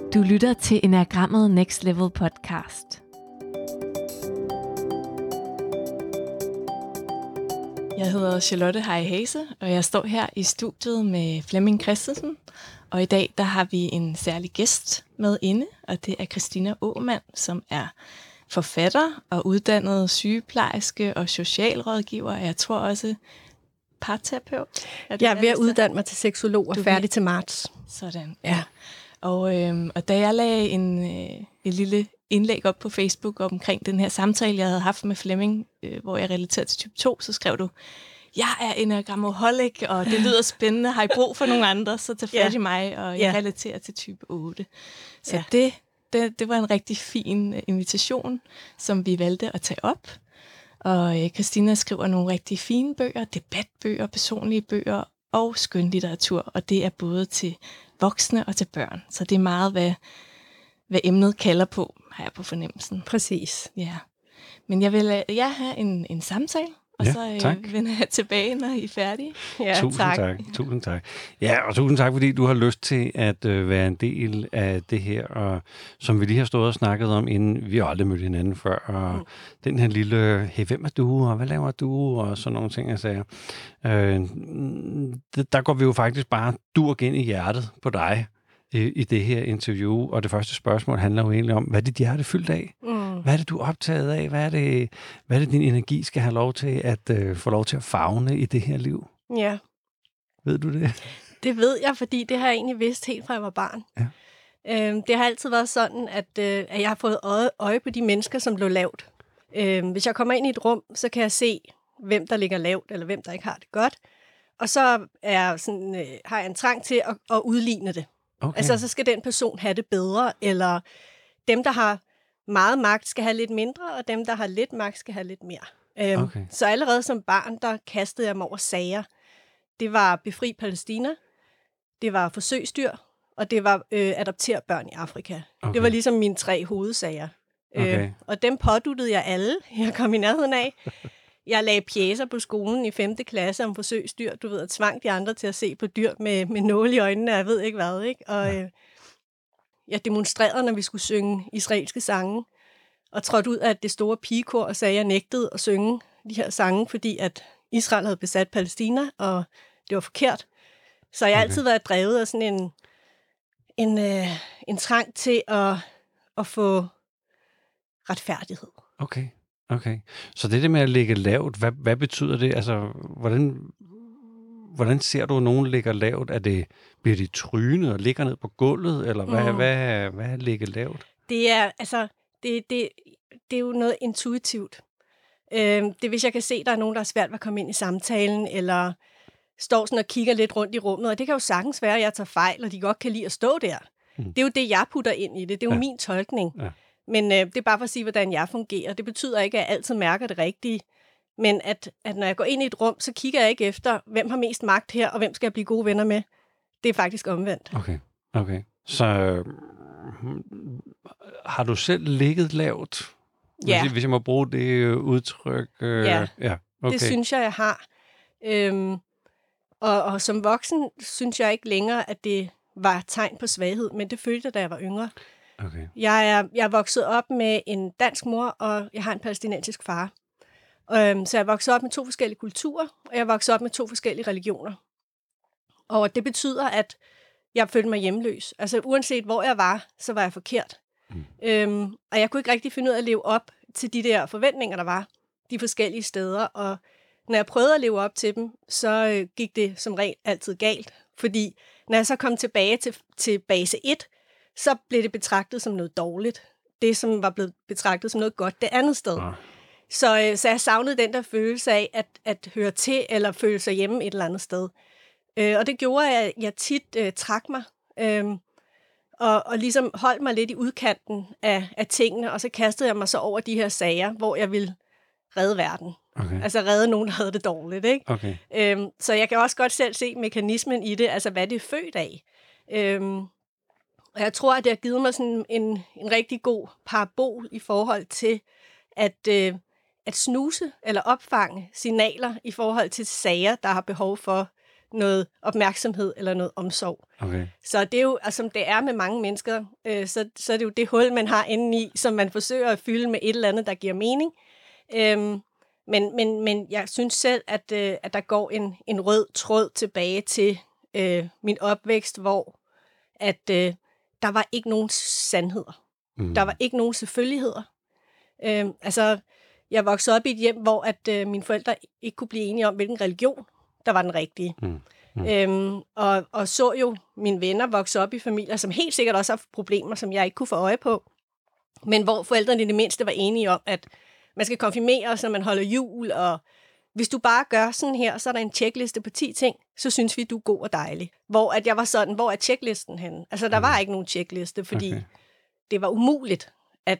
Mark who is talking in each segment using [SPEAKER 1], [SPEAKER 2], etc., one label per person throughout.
[SPEAKER 1] Du lytter til Enagrammet Next Level podcast. Jeg hedder Charlotte Heje Hase, og jeg står her i studiet med Flemming Christensen. Og i dag der har vi en særlig gæst med inde, og det er Christina Aamand, som er forfatter og uddannet sygeplejerske og socialrådgiver, og jeg tror også parterapeut.
[SPEAKER 2] Jeg er ved at uddanne mig til seksolog og færdig til marts.
[SPEAKER 1] Sådan, ja. Og da jeg lagde et lille indlæg op på Facebook omkring den her samtale, jeg havde haft med Flemming, hvor jeg relaterede til type 2, så skrev du, jeg er enagramaholic, og det lyder spændende, har I brug for nogle andre, så tag fat i mig, og jeg relaterer til type 8. Så det var en rigtig fin invitation, som vi valgte at tage op. Og Christina skriver nogle rigtig fine bøger, debatbøger, personlige bøger og skønlitteratur, og det er både til voksne og til børn. Så det er meget, hvad emnet kalder på, har jeg på fornemmelsen.
[SPEAKER 2] Præcis.
[SPEAKER 1] Ja. Men jeg vil have en samtale, og så vender jeg tilbage, når I er færdige.
[SPEAKER 3] Ja, Tusind tak. Ja, og tusind tak, fordi du har lyst til at være en del af det her, og som vi lige har stået og snakket om, inden vi har aldrig mødt hinanden før, og den her lille, hey, hvem er du, og hvad laver du, og sådan nogle ting, jeg sagde. Der går vi jo faktisk bare durk ind i hjertet på dig i det her interview, og det første spørgsmål handler jo egentlig om, hvad er dit hjerte fyldt af? Hvad er det, du er optaget af? Hvad er det din energi skal have lov til at få lov til at favne i det her liv?
[SPEAKER 2] Ja.
[SPEAKER 3] Ved du det?
[SPEAKER 2] Det ved jeg, fordi det har jeg egentlig vidst helt fra jeg var barn. Ja. Det har altid været sådan, at jeg har fået øje på de mennesker, som lå lavt. Hvis jeg kommer ind i et rum, så kan jeg se, hvem der ligger lavt, eller hvem der ikke har det godt. Og så har jeg en trang til at udligne det. Okay. Altså, så skal den person have det bedre, eller dem, der har meget magt, skal have lidt mindre, og dem, der har lidt magt, skal have lidt mere. Okay. Så allerede som barn, der kastede jeg mig over sager. Det var Befri Palæstina, det var forsøgsdyr, og det var adoptere børn i Afrika. Okay. Det var ligesom mine 3 hovedsager. Okay. Og dem påduttede jeg alle, jeg kom i nærheden af. Jeg lagde pjecer på skolen i 5. klasse om forsøgsdyr, du ved, og tvang de andre til at se på dyr med nåle i øjnene, jeg ved ikke hvad, ikke? Og jeg demonstrerede, når vi skulle synge israelske sange, og trådte ud af det store pigekor og sagde, at jeg nægtede at synge de her sange, fordi at Israel havde besat Palæstina, og det var forkert. Så jeg har altid været drevet af sådan en trang til at få retfærdighed.
[SPEAKER 3] Okay. Så det med at ligge lavt, hvad betyder det? Altså, hvordan ser du, at nogen ligger lavt? Bliver de trynet og ligger ned på gulvet, eller hvad er ligge lavt?
[SPEAKER 2] Det er, det er jo noget intuitivt. Det er, hvis jeg kan se, at der er nogen, der er svært ved at komme ind i samtalen, eller står sådan og kigger lidt rundt i rummet, og det kan jo sagtens være, at jeg tager fejl, og de godt kan lide at stå der. Det er jo det, jeg putter ind i det. Det er jo min tolkning. Ja. Men det er bare for at sige, hvordan jeg fungerer. Det betyder ikke, at jeg altid mærker det rigtige. Men at når jeg går ind i et rum, så kigger jeg ikke efter, hvem har mest magt her, og hvem skal jeg blive gode venner med. Det er faktisk omvendt.
[SPEAKER 3] Okay. Så har du selv ligget lavt?
[SPEAKER 2] Ja.
[SPEAKER 3] Hvis jeg må bruge det udtryk.
[SPEAKER 2] Ja, okay. Det synes jeg har. Og som voksen synes jeg ikke længere, at det var tegn på svaghed, men det følte jeg, da jeg var yngre. Okay. Jeg er vokset op med en dansk mor, og jeg har en palæstinensisk far. Så jeg er vokset op med 2 forskellige kulturer, og jeg er vokset op med 2 forskellige religioner. Og det betyder, at jeg følte mig hjemløs. Altså uanset hvor jeg var, så var jeg forkert. Og jeg kunne ikke rigtig finde ud af at leve op til de der forventninger, der var de forskellige steder. Og når jeg prøvede at leve op til dem, så gik det som regel altid galt. Fordi når jeg så kom tilbage til base 1, så blev det betragtet som noget dårligt. Det, som var blevet betragtet som noget godt det andet sted. Ja. Så jeg savnede den der følelse af at høre til, eller føle sig hjemme et eller andet sted. Og det gjorde, at jeg tit trak mig, og ligesom holdt mig lidt i udkanten af tingene, og så kastede jeg mig så over de her sager, hvor jeg ville redde verden. Okay. Altså redde nogen, der havde det dårligt, ikke? Okay. Så jeg kan også godt selv se mekanismen i det, altså hvad det er født af. Og jeg tror, at det har givet mig sådan en rigtig god parabol i forhold til at snuse eller opfange signaler i forhold til sager, der har behov for noget opmærksomhed eller noget omsorg.
[SPEAKER 3] Okay. Så
[SPEAKER 2] det er jo, altså, som det er med mange mennesker, så er det jo det hul, man har indeni, som man forsøger at fylde med et eller andet, der giver mening. Men jeg synes selv, at der går en rød tråd tilbage til min opvækst, hvor at der var ikke nogen sandheder. Der var ikke nogen selvfølgeligheder. Altså, jeg voksede op i et hjem, hvor at mine forældre ikke kunne blive enige om, hvilken religion der var den rigtige. Og så jo mine venner vokse op i familier, som helt sikkert også har haft problemer, som jeg ikke kunne få øje på. Men hvor forældrene i det mindste var enige om, at man skal konfirmere, så man holder jul, og hvis du bare gør sådan her, så er der en checkliste på 10 ting, så synes vi, du er god og dejlig. Hvor at jeg var sådan, hvor er checklisten henne? Altså, der var ikke nogen checkliste, fordi det var umuligt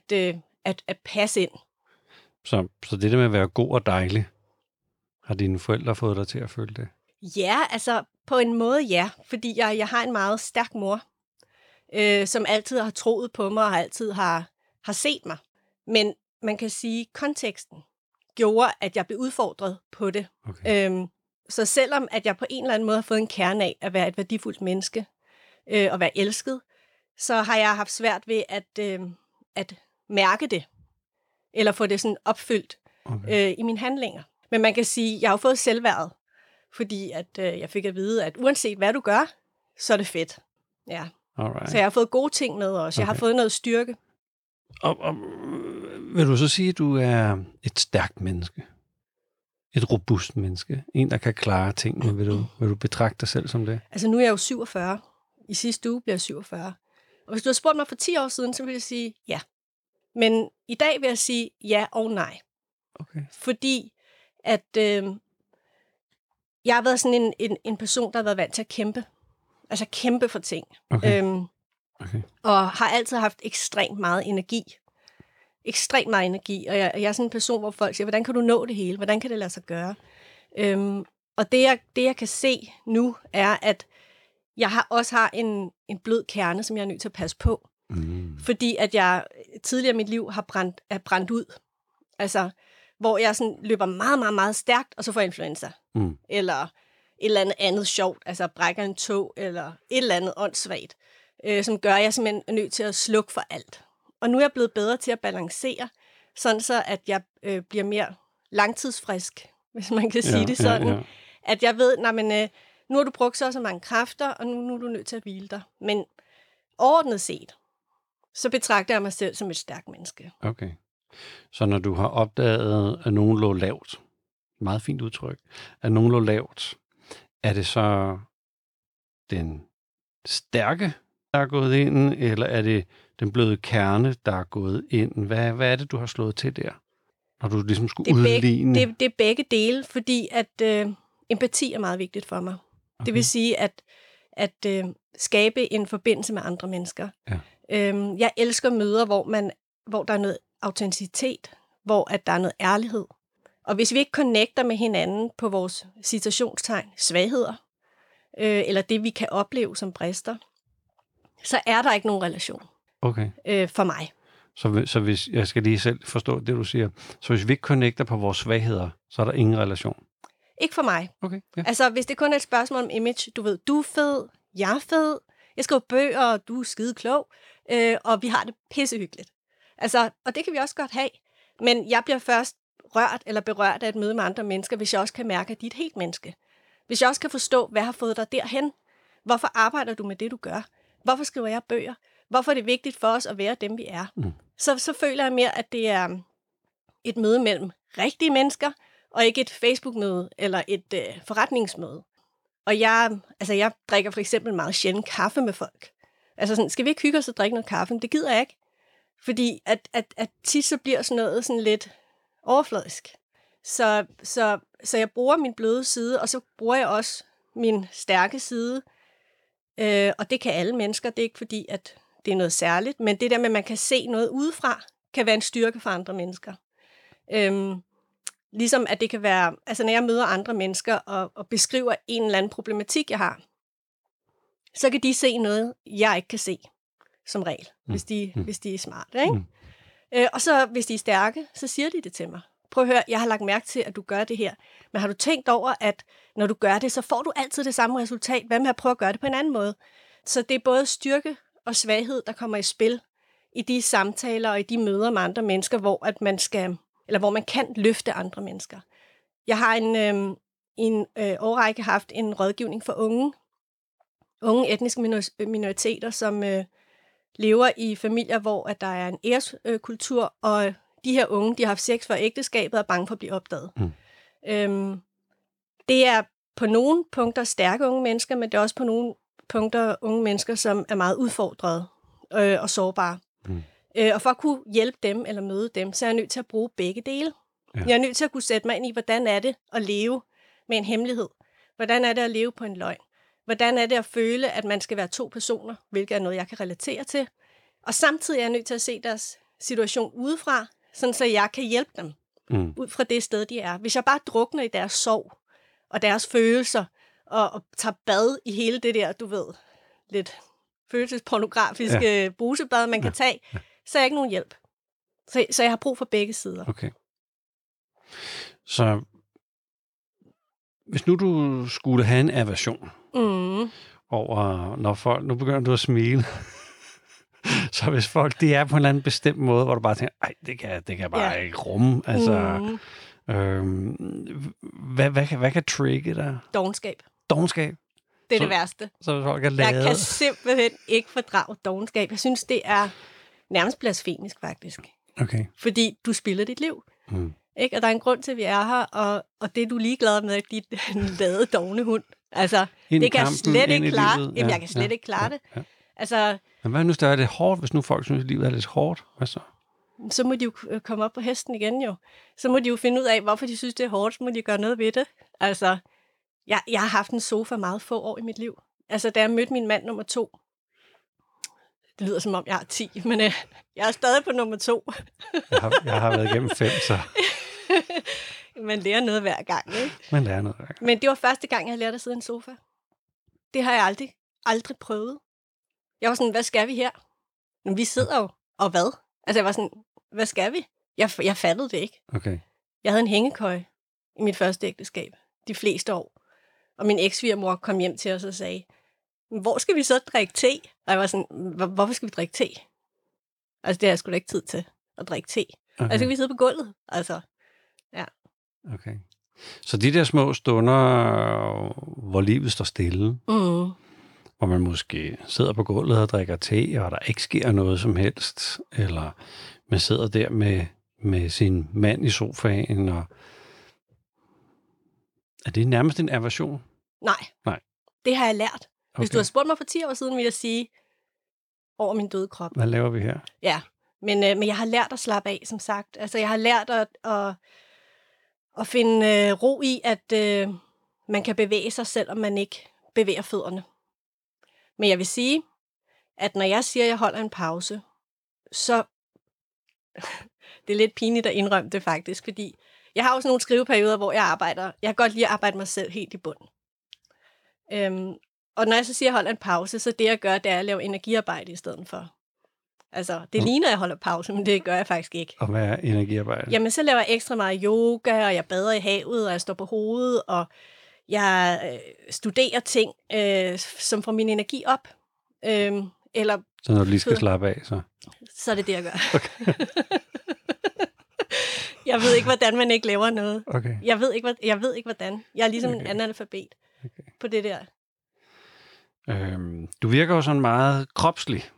[SPEAKER 2] at passe ind.
[SPEAKER 3] Så det der med at være god og dejlig, har dine forældre fået dig til at føle det?
[SPEAKER 2] Ja, altså på en måde ja, fordi jeg har en meget stærk mor, som altid har troet på mig og altid har set mig. Men man kan sige, at konteksten gjorde, at jeg blev udfordret på det. Okay. Så selvom at jeg på en eller anden måde har fået en kerne af at være et værdifuldt menneske og være elsket, så har jeg haft svært ved at mærke det, eller få det sådan opfyldt i mine handlinger. Men man kan sige, at jeg har fået selvværd, fordi at jeg fik at vide, at uanset hvad du gør, så er det fedt. Ja. Så jeg har fået gode ting med også. Jeg har fået noget styrke.
[SPEAKER 3] Og vil du så sige, at du er et stærkt menneske? Et robust menneske? En, der kan klare tingene? Vil du betragte dig selv som det?
[SPEAKER 2] Altså nu er jeg jo 47. I sidste uge bliver jeg 47. Og hvis du havde spurgt mig for 10 år siden, så ville jeg sige ja. Men i dag vil jeg sige ja og nej.
[SPEAKER 3] Okay.
[SPEAKER 2] Fordi at jeg har været sådan en person, der har været vant til at kæmpe. Altså kæmpe for ting.
[SPEAKER 3] Okay.
[SPEAKER 2] Og har altid haft ekstremt meget energi. Ekstremt meget energi. Og jeg er sådan en person, hvor folk siger, hvordan kan du nå det hele? Hvordan kan det lade sig gøre? Og det jeg kan se nu, er, at jeg også har en blød kerne, som jeg er nødt til at passe på. Fordi at jeg tidligere i mit liv har brændt ud. Altså, hvor jeg sådan løber meget, meget, meget stærkt, og så får jeg influenza. Eller et eller andet sjovt, altså brækker en tog, eller et eller andet åndssvagt, som gør, at jeg simpelthen er nødt til at slukke for alt. Og nu er jeg blevet bedre til at balancere, sådan så at jeg bliver mere langtidsfrisk, hvis man kan sige det sådan. Ja. At jeg ved, nu har du brugt så mange kræfter, og nu er du nødt til at hvile dig. Men overordnet set, så betragter jeg mig selv som et stærkt menneske.
[SPEAKER 3] Okay. Så når du har opdaget, at nogen lå lavt, meget fint udtryk, at nogen lå lavt, er det så den stærke, der er gået ind, eller er det den bløde kerne, der er gået ind? Hvad er det, du har slået til der, når du ligesom skulle udligne?
[SPEAKER 2] Det er begge dele, fordi at empati er meget vigtigt for mig. Okay. Det vil sige at skabe en forbindelse med andre mennesker. Ja. Jeg elsker møder, hvor der er noget autenticitet, hvor at der er noget ærlighed. Og hvis vi ikke connecter med hinanden på vores citationstegn, svagheder, eller det, vi kan opleve som brister, så er der ikke nogen relation for mig.
[SPEAKER 3] Så hvis jeg skal lige selv forstå det, du siger, så hvis vi ikke connecter på vores svagheder, så er der ingen relation?
[SPEAKER 2] Ikke for mig.
[SPEAKER 3] Okay, ja.
[SPEAKER 2] Altså, hvis det kun er et spørgsmål om image, du ved, du er fed, jeg er fed, jeg skriver bøger, og du er skide klog, og vi har det pissehyggeligt. Altså, og det kan vi også godt have. Men jeg bliver først rørt eller berørt af et møde med andre mennesker, hvis jeg også kan mærke, at de er et helt menneske. Hvis jeg også kan forstå, hvad har fået dig derhen? Hvorfor arbejder du med det, du gør? Hvorfor skriver jeg bøger? Hvorfor er det vigtigt for os at være dem, vi er? Så føler jeg mere, at det er et møde mellem rigtige mennesker, og ikke et Facebook-møde eller et forretningsmøde. Og jeg drikker for eksempel meget sjældent kaffe med folk. Altså sådan, skal vi ikke hygge os og drikke noget kaffe? Det gider jeg ikke. Fordi at tit så bliver sådan noget sådan lidt overfladisk. Så jeg bruger min bløde side, og så bruger jeg også min stærke side. Og det kan alle mennesker. Det er ikke fordi, at det er noget særligt. Men det der med, at man kan se noget udefra, kan være en styrke for andre mennesker. Ligesom at det kan være, altså når jeg møder andre mennesker og beskriver en eller anden problematik, jeg har, så kan de se noget, jeg ikke kan se, som regel, hvis de er smarte, ikke? Og så hvis de er stærke, så siger de det til mig. prøv at høre, jeg har lagt mærke til, at du gør det her. Men har du tænkt over, at når du gør det, så får du altid det samme resultat. Hvad med at prøve at gøre det på en anden måde? Så det er både styrke og svaghed, der kommer i spil i de samtaler og i de møder med andre mennesker, hvor man kan løfte andre mennesker. Jeg har i en årrække haft en rådgivning for unge etniske minoriteter, som lever i familier, hvor at der er en æreskultur, og de her unge, de har haft sex for ægteskabet og er bange for at blive opdaget. Det er på nogle punkter stærke unge mennesker, men det er også på nogle punkter unge mennesker, som er meget udfordrede og sårbare. Og for at kunne hjælpe dem eller møde dem, så er jeg nødt til at bruge begge dele. Ja. Jeg er nødt til at kunne sætte mig ind i, hvordan er det at leve med en hemmelighed? Hvordan er det at leve på en løgn? Hvordan er det at føle, at man skal være 2 personer, hvilket er noget, jeg kan relatere til? Og samtidig er jeg nødt til at se deres situation udefra, sådan så jeg kan hjælpe dem ud fra det sted, de er. Hvis jeg bare drukner i deres sorg og deres følelser, og tager bad i hele det der, du ved, lidt følelsespornografiske brusebad, man kan tage, så er jeg ikke nogen hjælp. Så jeg har brug for begge sider.
[SPEAKER 3] Okay. Så hvis nu du skulle have en aversion over, når folk, nu begynder du at smile, så hvis folk, det er på en eller anden bestemt måde, hvor du bare tænker, ej, det kan jeg bare ikke rumme. Altså, hvad kan trigge dig?
[SPEAKER 2] Dovenskab.
[SPEAKER 3] Dovenskab?
[SPEAKER 2] Det er det værste.
[SPEAKER 3] Så folk er lavet.
[SPEAKER 2] Jeg kan simpelthen ikke fordrage dovenskab. Jeg synes, det er nærmest blasfemisk, faktisk.
[SPEAKER 3] Okay.
[SPEAKER 2] Fordi du spilder dit liv. Ikke? Og der er en grund til, at vi er her, og det er du ligeglad med, at dit lade dovne hund. Altså, det kan jeg slet ikke klare. Jamen, jeg kan slet ikke klare det. Ja. Altså,
[SPEAKER 3] men hvad nu, der er det hårdt, hvis nu folk synes, at livet er lidt hårdt? Hvad så?
[SPEAKER 2] Så må de jo komme op på hesten igen jo. Så må de jo finde ud af, hvorfor de synes, det er hårdt, så må de gøre noget ved det. Altså, jeg har haft en sofa meget få år i mit liv. Altså, da jeg mødte min mand nummer 2, det lyder som om, jeg har 10, men jeg er stadig på nummer 2.
[SPEAKER 3] jeg har været igennem 5, så...
[SPEAKER 2] Man lærer noget hver gang, ikke?
[SPEAKER 3] Man lærer noget hver gang.
[SPEAKER 2] Men det var første gang, jeg lærte at sidde i en sofa. Det har jeg aldrig prøvet. Jeg var sådan, hvad skal vi her? Men vi sidder jo, og hvad? Altså, jeg var sådan, hvad skal vi? Jeg fattede det ikke.
[SPEAKER 3] Okay.
[SPEAKER 2] Jeg havde en hængekøje i mit første ægteskab, de fleste år. Og min ekssvigermor kom hjem til os og sagde, hvor skal vi så drikke te? Og jeg var sådan, hvorfor skal vi drikke te? Altså, det har jeg sgu da ikke tid til at drikke te. Okay. Altså, skal vi sidde på gulvet? Altså, ja.
[SPEAKER 3] Okay. Så de der små stunder, hvor livet står stille, hvor man måske sidder på gulvet og drikker te, og der ikke sker noget som helst, eller man sidder der med sin mand i sofaen, og er det nærmest en aversion?
[SPEAKER 2] Nej. Det har jeg lært. Hvis du har spurgt mig for 10 år siden, vil jeg sige, over min døde krop.
[SPEAKER 3] Hvad laver vi her?
[SPEAKER 2] Ja, men jeg har lært at slappe af, som sagt. Altså, jeg har lært at finde ro i, at man kan bevæge sig, selvom man ikke bevæger fødderne. Men jeg vil sige, at når jeg siger, at jeg holder en pause, så det er lidt pinligt at indrømme det faktisk, fordi jeg har også nogle skriveperioder, hvor jeg kan godt lide at arbejde mig selv helt i bunden. Og når jeg så siger, at jeg holder en pause, så det jeg gør, det er at lave energiarbejde i stedet for. Altså, det ligner, at jeg holder pause, men det gør jeg faktisk ikke. Og
[SPEAKER 3] hvad er energiarbejde?
[SPEAKER 2] Jamen, så laver jeg ekstra meget yoga, og jeg bader i havet, og jeg står på hovedet, og jeg studerer ting, som får min energi op. Eller
[SPEAKER 3] så når du lige skal slappe af,
[SPEAKER 2] så er det det, jeg gør. Okay. Jeg ved ikke, hvordan man ikke laver noget.
[SPEAKER 3] Okay.
[SPEAKER 2] Jeg ved ikke, hvordan. Jeg er ligesom en anden analfabet på det der.
[SPEAKER 3] Du virker jo sådan meget kropslig.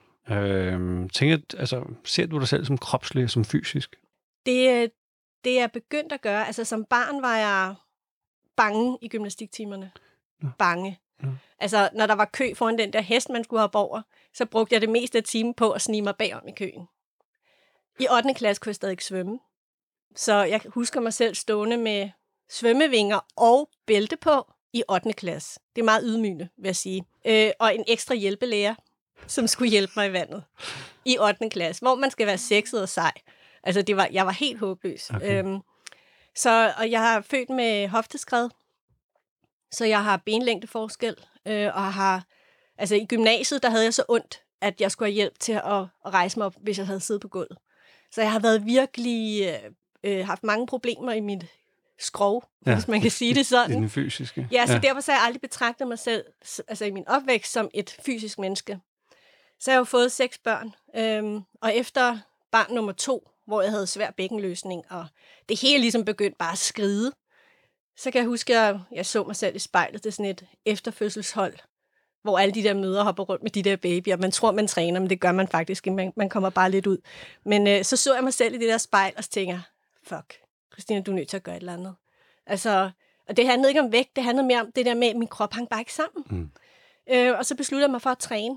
[SPEAKER 3] Ser du dig selv som kropslig, som fysisk?
[SPEAKER 2] Det er begyndt at gøre. Altså, som barn var jeg bange i gymnastiktimerne. Ja. Bange. Ja. Altså, når der var kø foran den der hest, man skulle hoppe over, så brugte jeg det meste af timen på at snige mig bagom i køen. I 8. klasse kunne jeg stadig ikke svømme. Så jeg husker mig selv stående med svømmevinger og bælte på i 8. klasse. Det er meget ydmygende, vil jeg sige. Og en ekstra hjælpelærer, som skulle hjælpe mig i vandet i 8. klasse, hvor man skal være sexet og sej. Altså, jeg var helt håbløs. Okay. Og jeg har født med hofteskred, så jeg har benlængdeforskel, og i gymnasiet, der havde jeg så ondt, at jeg skulle have hjælp til at rejse mig op, hvis jeg havde siddet på gulvet. Så jeg har været virkelig haft mange problemer i mit skrov, hvis man kan sige det sådan.
[SPEAKER 3] I den fysiske.
[SPEAKER 2] Ja, så derfor så har jeg aldrig betragtet mig selv, altså i min opvækst, som et fysisk menneske. Så jeg har jo fået 6 børn, og efter barn nummer 2, hvor jeg havde svær bækkenløsning, og det hele ligesom begyndte bare at skride, så kan jeg huske, at jeg så mig selv i spejlet. Det er sådan et efterfødselshold, hvor alle de der mødre hopper rundt med de der babyer. Man tror, man træner, men det gør man faktisk ikke. Man kommer bare lidt ud. Men så jeg mig selv i det der spejl, og så tænker jeg, fuck, Christina, du er nødt til at gøre et eller andet. Altså, og det handlede ikke om vægt, det handlede mere om det der med, at min krop hang bare ikke sammen. Og så besluttede jeg mig for at træne.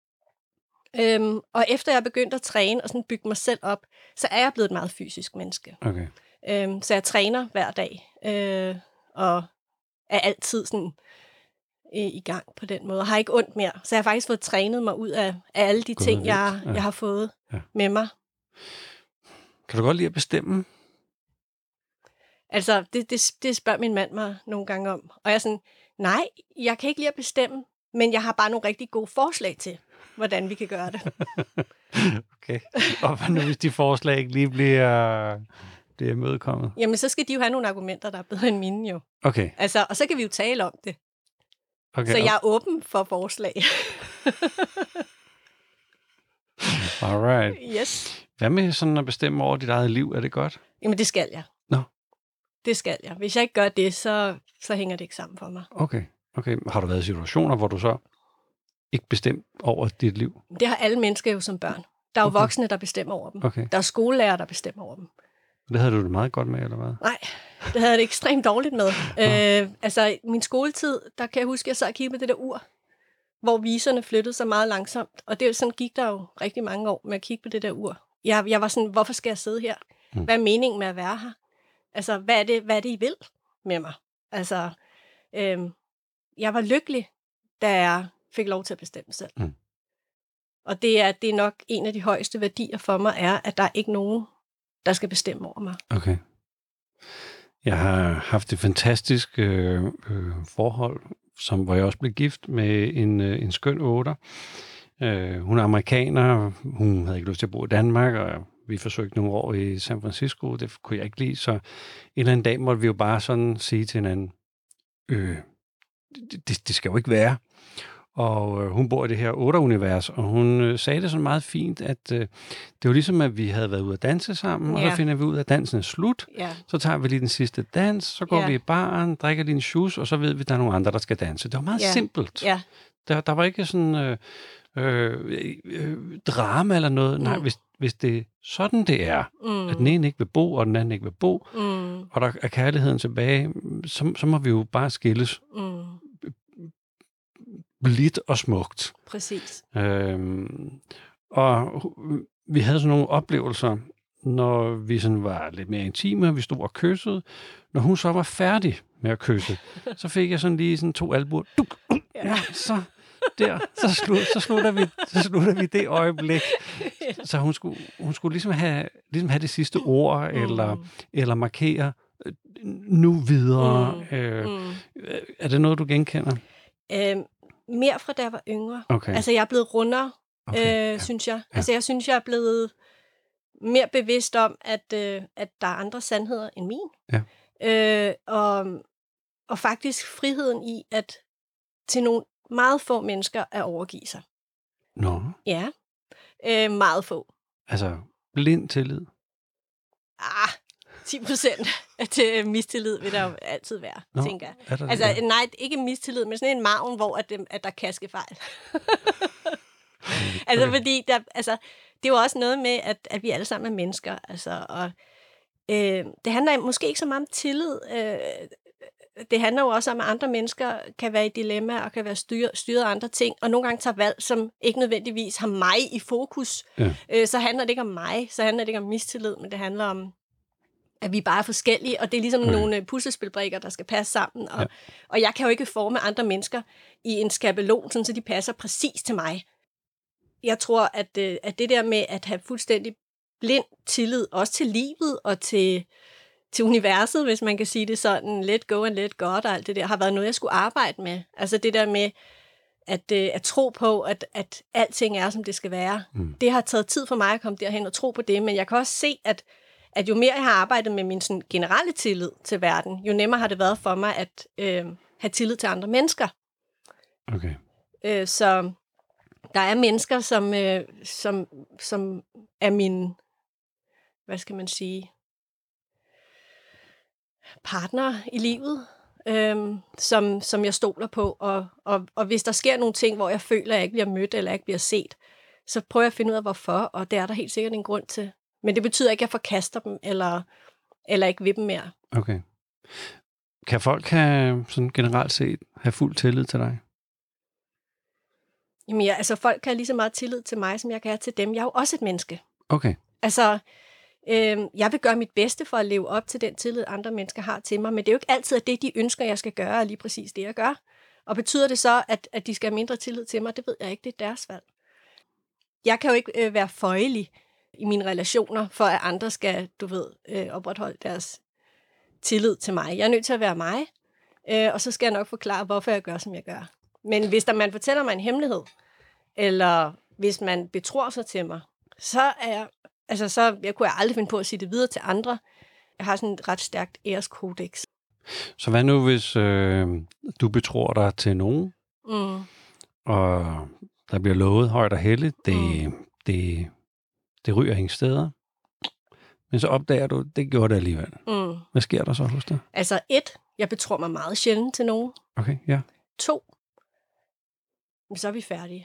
[SPEAKER 2] Og efter jeg begyndte at træne og sådan bygge mig selv op, så er jeg blevet et meget fysisk menneske.
[SPEAKER 3] Okay.
[SPEAKER 2] Så jeg træner hver dag, og er altid sådan i gang på den måde, og har ikke ondt mere. Så jeg har faktisk fået trænet mig ud af alle de ting, jeg har fået med mig.
[SPEAKER 3] Kan du godt lide at bestemme?
[SPEAKER 2] Altså, det spørger min mand mig nogle gange om. Og jeg er sådan, nej, jeg kan ikke lide at bestemme, men jeg har bare nogle rigtig gode forslag til, hvordan vi kan gøre det.
[SPEAKER 3] Okay. Og hvad nu, hvis de forslag ikke lige bliver imødekommet?
[SPEAKER 2] Jamen, så skal de jo have nogle argumenter, der er bedre end mine jo.
[SPEAKER 3] Okay.
[SPEAKER 2] Altså, og så kan vi jo tale om det.
[SPEAKER 3] Okay.
[SPEAKER 2] Så jeg er åben for forslag.
[SPEAKER 3] Alright.
[SPEAKER 2] Yes.
[SPEAKER 3] Hvad med sådan at bestemme over dit eget liv? Er det godt?
[SPEAKER 2] Jamen, det skal jeg.
[SPEAKER 3] Nå.
[SPEAKER 2] Det skal jeg. Hvis jeg ikke gør det, så hænger det ikke sammen for mig.
[SPEAKER 3] Okay. Har du været i situationer, hvor du så ikke bestemt over dit liv?
[SPEAKER 2] Det har alle mennesker jo som børn. Der er jo voksne, der bestemmer over dem.
[SPEAKER 3] Okay.
[SPEAKER 2] Der er skolelærer, der bestemmer over dem.
[SPEAKER 3] Det havde du det meget godt med, eller hvad?
[SPEAKER 2] Nej, det havde jeg det ekstremt dårligt med. Altså, min skoletid, der kan jeg huske, at jeg sad og kiggede på det der ur, hvor viserne flyttede sig meget langsomt. Og det er sådan, gik der jo rigtig mange år med at kigge på det der ur. Jeg var sådan, hvorfor skal jeg sidde her? Hvad er meningen med at være her? Altså, hvad er det, I vil med mig? Altså, jeg var lykkelig, da jeg fik lov til at bestemme selv. Og det er nok en af de højeste værdier for mig, er, at der er ikke nogen, der skal bestemme over mig. Okay.
[SPEAKER 3] Jeg har haft et fantastisk forhold, hvor jeg også blev gift med en skøn 8'er. Hun er amerikaner, hun havde ikke lyst til at bo i Danmark, og vi forsøgte nogle år i San Francisco, det kunne jeg ikke lide, så en eller anden dag måtte vi jo bare sådan sige til hinanden, det skal jo ikke være. Og hun bor i det her 8'er-univers, og hun sagde det sådan meget fint, at det var ligesom, at vi havde været ude at danse sammen, og så finder vi ud af, at dansen er slut. Så tager vi lige den sidste dans, så går vi i baren, drikker lige en shoes, og så ved vi, at der er nogle andre, der skal danse. Det var meget simpelt. Der var ikke sådan drama eller noget. Nej, hvis det sådan det er, at den ene ikke vil bo, og den anden ikke vil bo, og der er kærligheden tilbage, så må vi jo bare skilles. Blidt og smukt.
[SPEAKER 2] Præcis.
[SPEAKER 3] Og vi havde sådan nogle oplevelser, når vi sådan var lidt mere intime, og vi stod og kyssede. Når hun så var færdig med at kysse, så fik jeg sådan lige sådan 2 albuer. Så slutter vi det øjeblik. Så hun skulle ligesom have det sidste ord, eller markere nu videre. Er det noget, du genkender?
[SPEAKER 2] Mere fra da jeg var yngre. Okay. Altså, jeg er blevet rundere, synes jeg. Ja. Altså, jeg synes, jeg er blevet mere bevidst om, at der er andre sandheder end min. Ja. Og faktisk friheden i, at til nogle meget få mennesker at overgive sig.
[SPEAKER 3] Nå.
[SPEAKER 2] Ja. Meget få.
[SPEAKER 3] Altså, blind tillid?
[SPEAKER 2] 10% til mistillid vil der jo altid være, tænker jeg. Altså, nej, ikke mistillid, men sådan en margen, hvor at der kan ske fejl. Altså, fordi det er jo også noget med, at vi alle sammen er mennesker. Altså, og det handler måske ikke så meget om tillid. Det handler jo også om, at andre mennesker kan være i dilemma og kan være styret af andre ting, og nogle gange tager valg, som ikke nødvendigvis har mig i fokus. Ja. Så handler det ikke om mig, så handler det ikke om mistillid, men det handler om, at vi bare er forskellige, og det er ligesom nogle puslespilbrikker, der skal passe sammen. Og jeg kan jo ikke forme andre mennesker i en skabelon, sådan, så de passer præcis til mig. Jeg tror, at det der med at have fuldstændig blind tillid, også til livet og til universet, hvis man kan sige det sådan, let go and let God og alt det der, har været noget, jeg skulle arbejde med. Altså det der med at tro på, at alting er, som det skal være. Det har taget tid for mig at komme derhen og tro på det, men jeg kan også se, at jo mere jeg har arbejdet med min sådan, generelle tillid til verden, jo nemmere har det været for mig at have tillid til andre mennesker.
[SPEAKER 3] Okay.
[SPEAKER 2] Så der er mennesker, som er min, hvad skal man sige, partner i livet, som jeg stoler på. Og hvis der sker nogle ting, hvor jeg føler, at jeg ikke bliver mødt eller ikke bliver set, så prøver jeg at finde ud af, hvorfor, og det er der helt sikkert en grund til. Men det betyder ikke, at jeg forkaster dem, eller ikke vil dem mere.
[SPEAKER 3] Okay. Kan folk sådan generelt set have fuld tillid til dig?
[SPEAKER 2] Jamen ja, altså folk kan have lige så meget tillid til mig, som jeg kan have til dem. Jeg er jo også et menneske.
[SPEAKER 3] Okay.
[SPEAKER 2] Altså, jeg vil gøre mit bedste for at leve op til den tillid, andre mennesker har til mig, men det er jo ikke altid, at det, de ønsker, jeg skal gøre, er lige præcis det, jeg gør. Og betyder det så, at de skal have mindre tillid til mig? Det ved jeg ikke, det er deres valg. Jeg kan jo ikke være føjelig i mine relationer, for at andre skal, opretholde deres tillid til mig. Jeg er nødt til at være mig, og så skal jeg nok forklare, hvorfor jeg gør, som jeg gør. Men hvis man fortæller mig en hemmelighed, eller hvis man betror sig til mig, så kunne jeg aldrig finde på at sige det videre til andre. Jeg har sådan et ret stærkt æreskodex.
[SPEAKER 3] Så hvad nu, hvis du betror dig til nogen, og der bliver lovet højt og heldigt, det ryger ingen steder, men så opdager du, det gjorde det alligevel. Hvad sker der så hos dig?
[SPEAKER 2] Altså 1, jeg betror mig meget sjældent til nogen.
[SPEAKER 3] Okay, ja.
[SPEAKER 2] 2, så er vi færdige.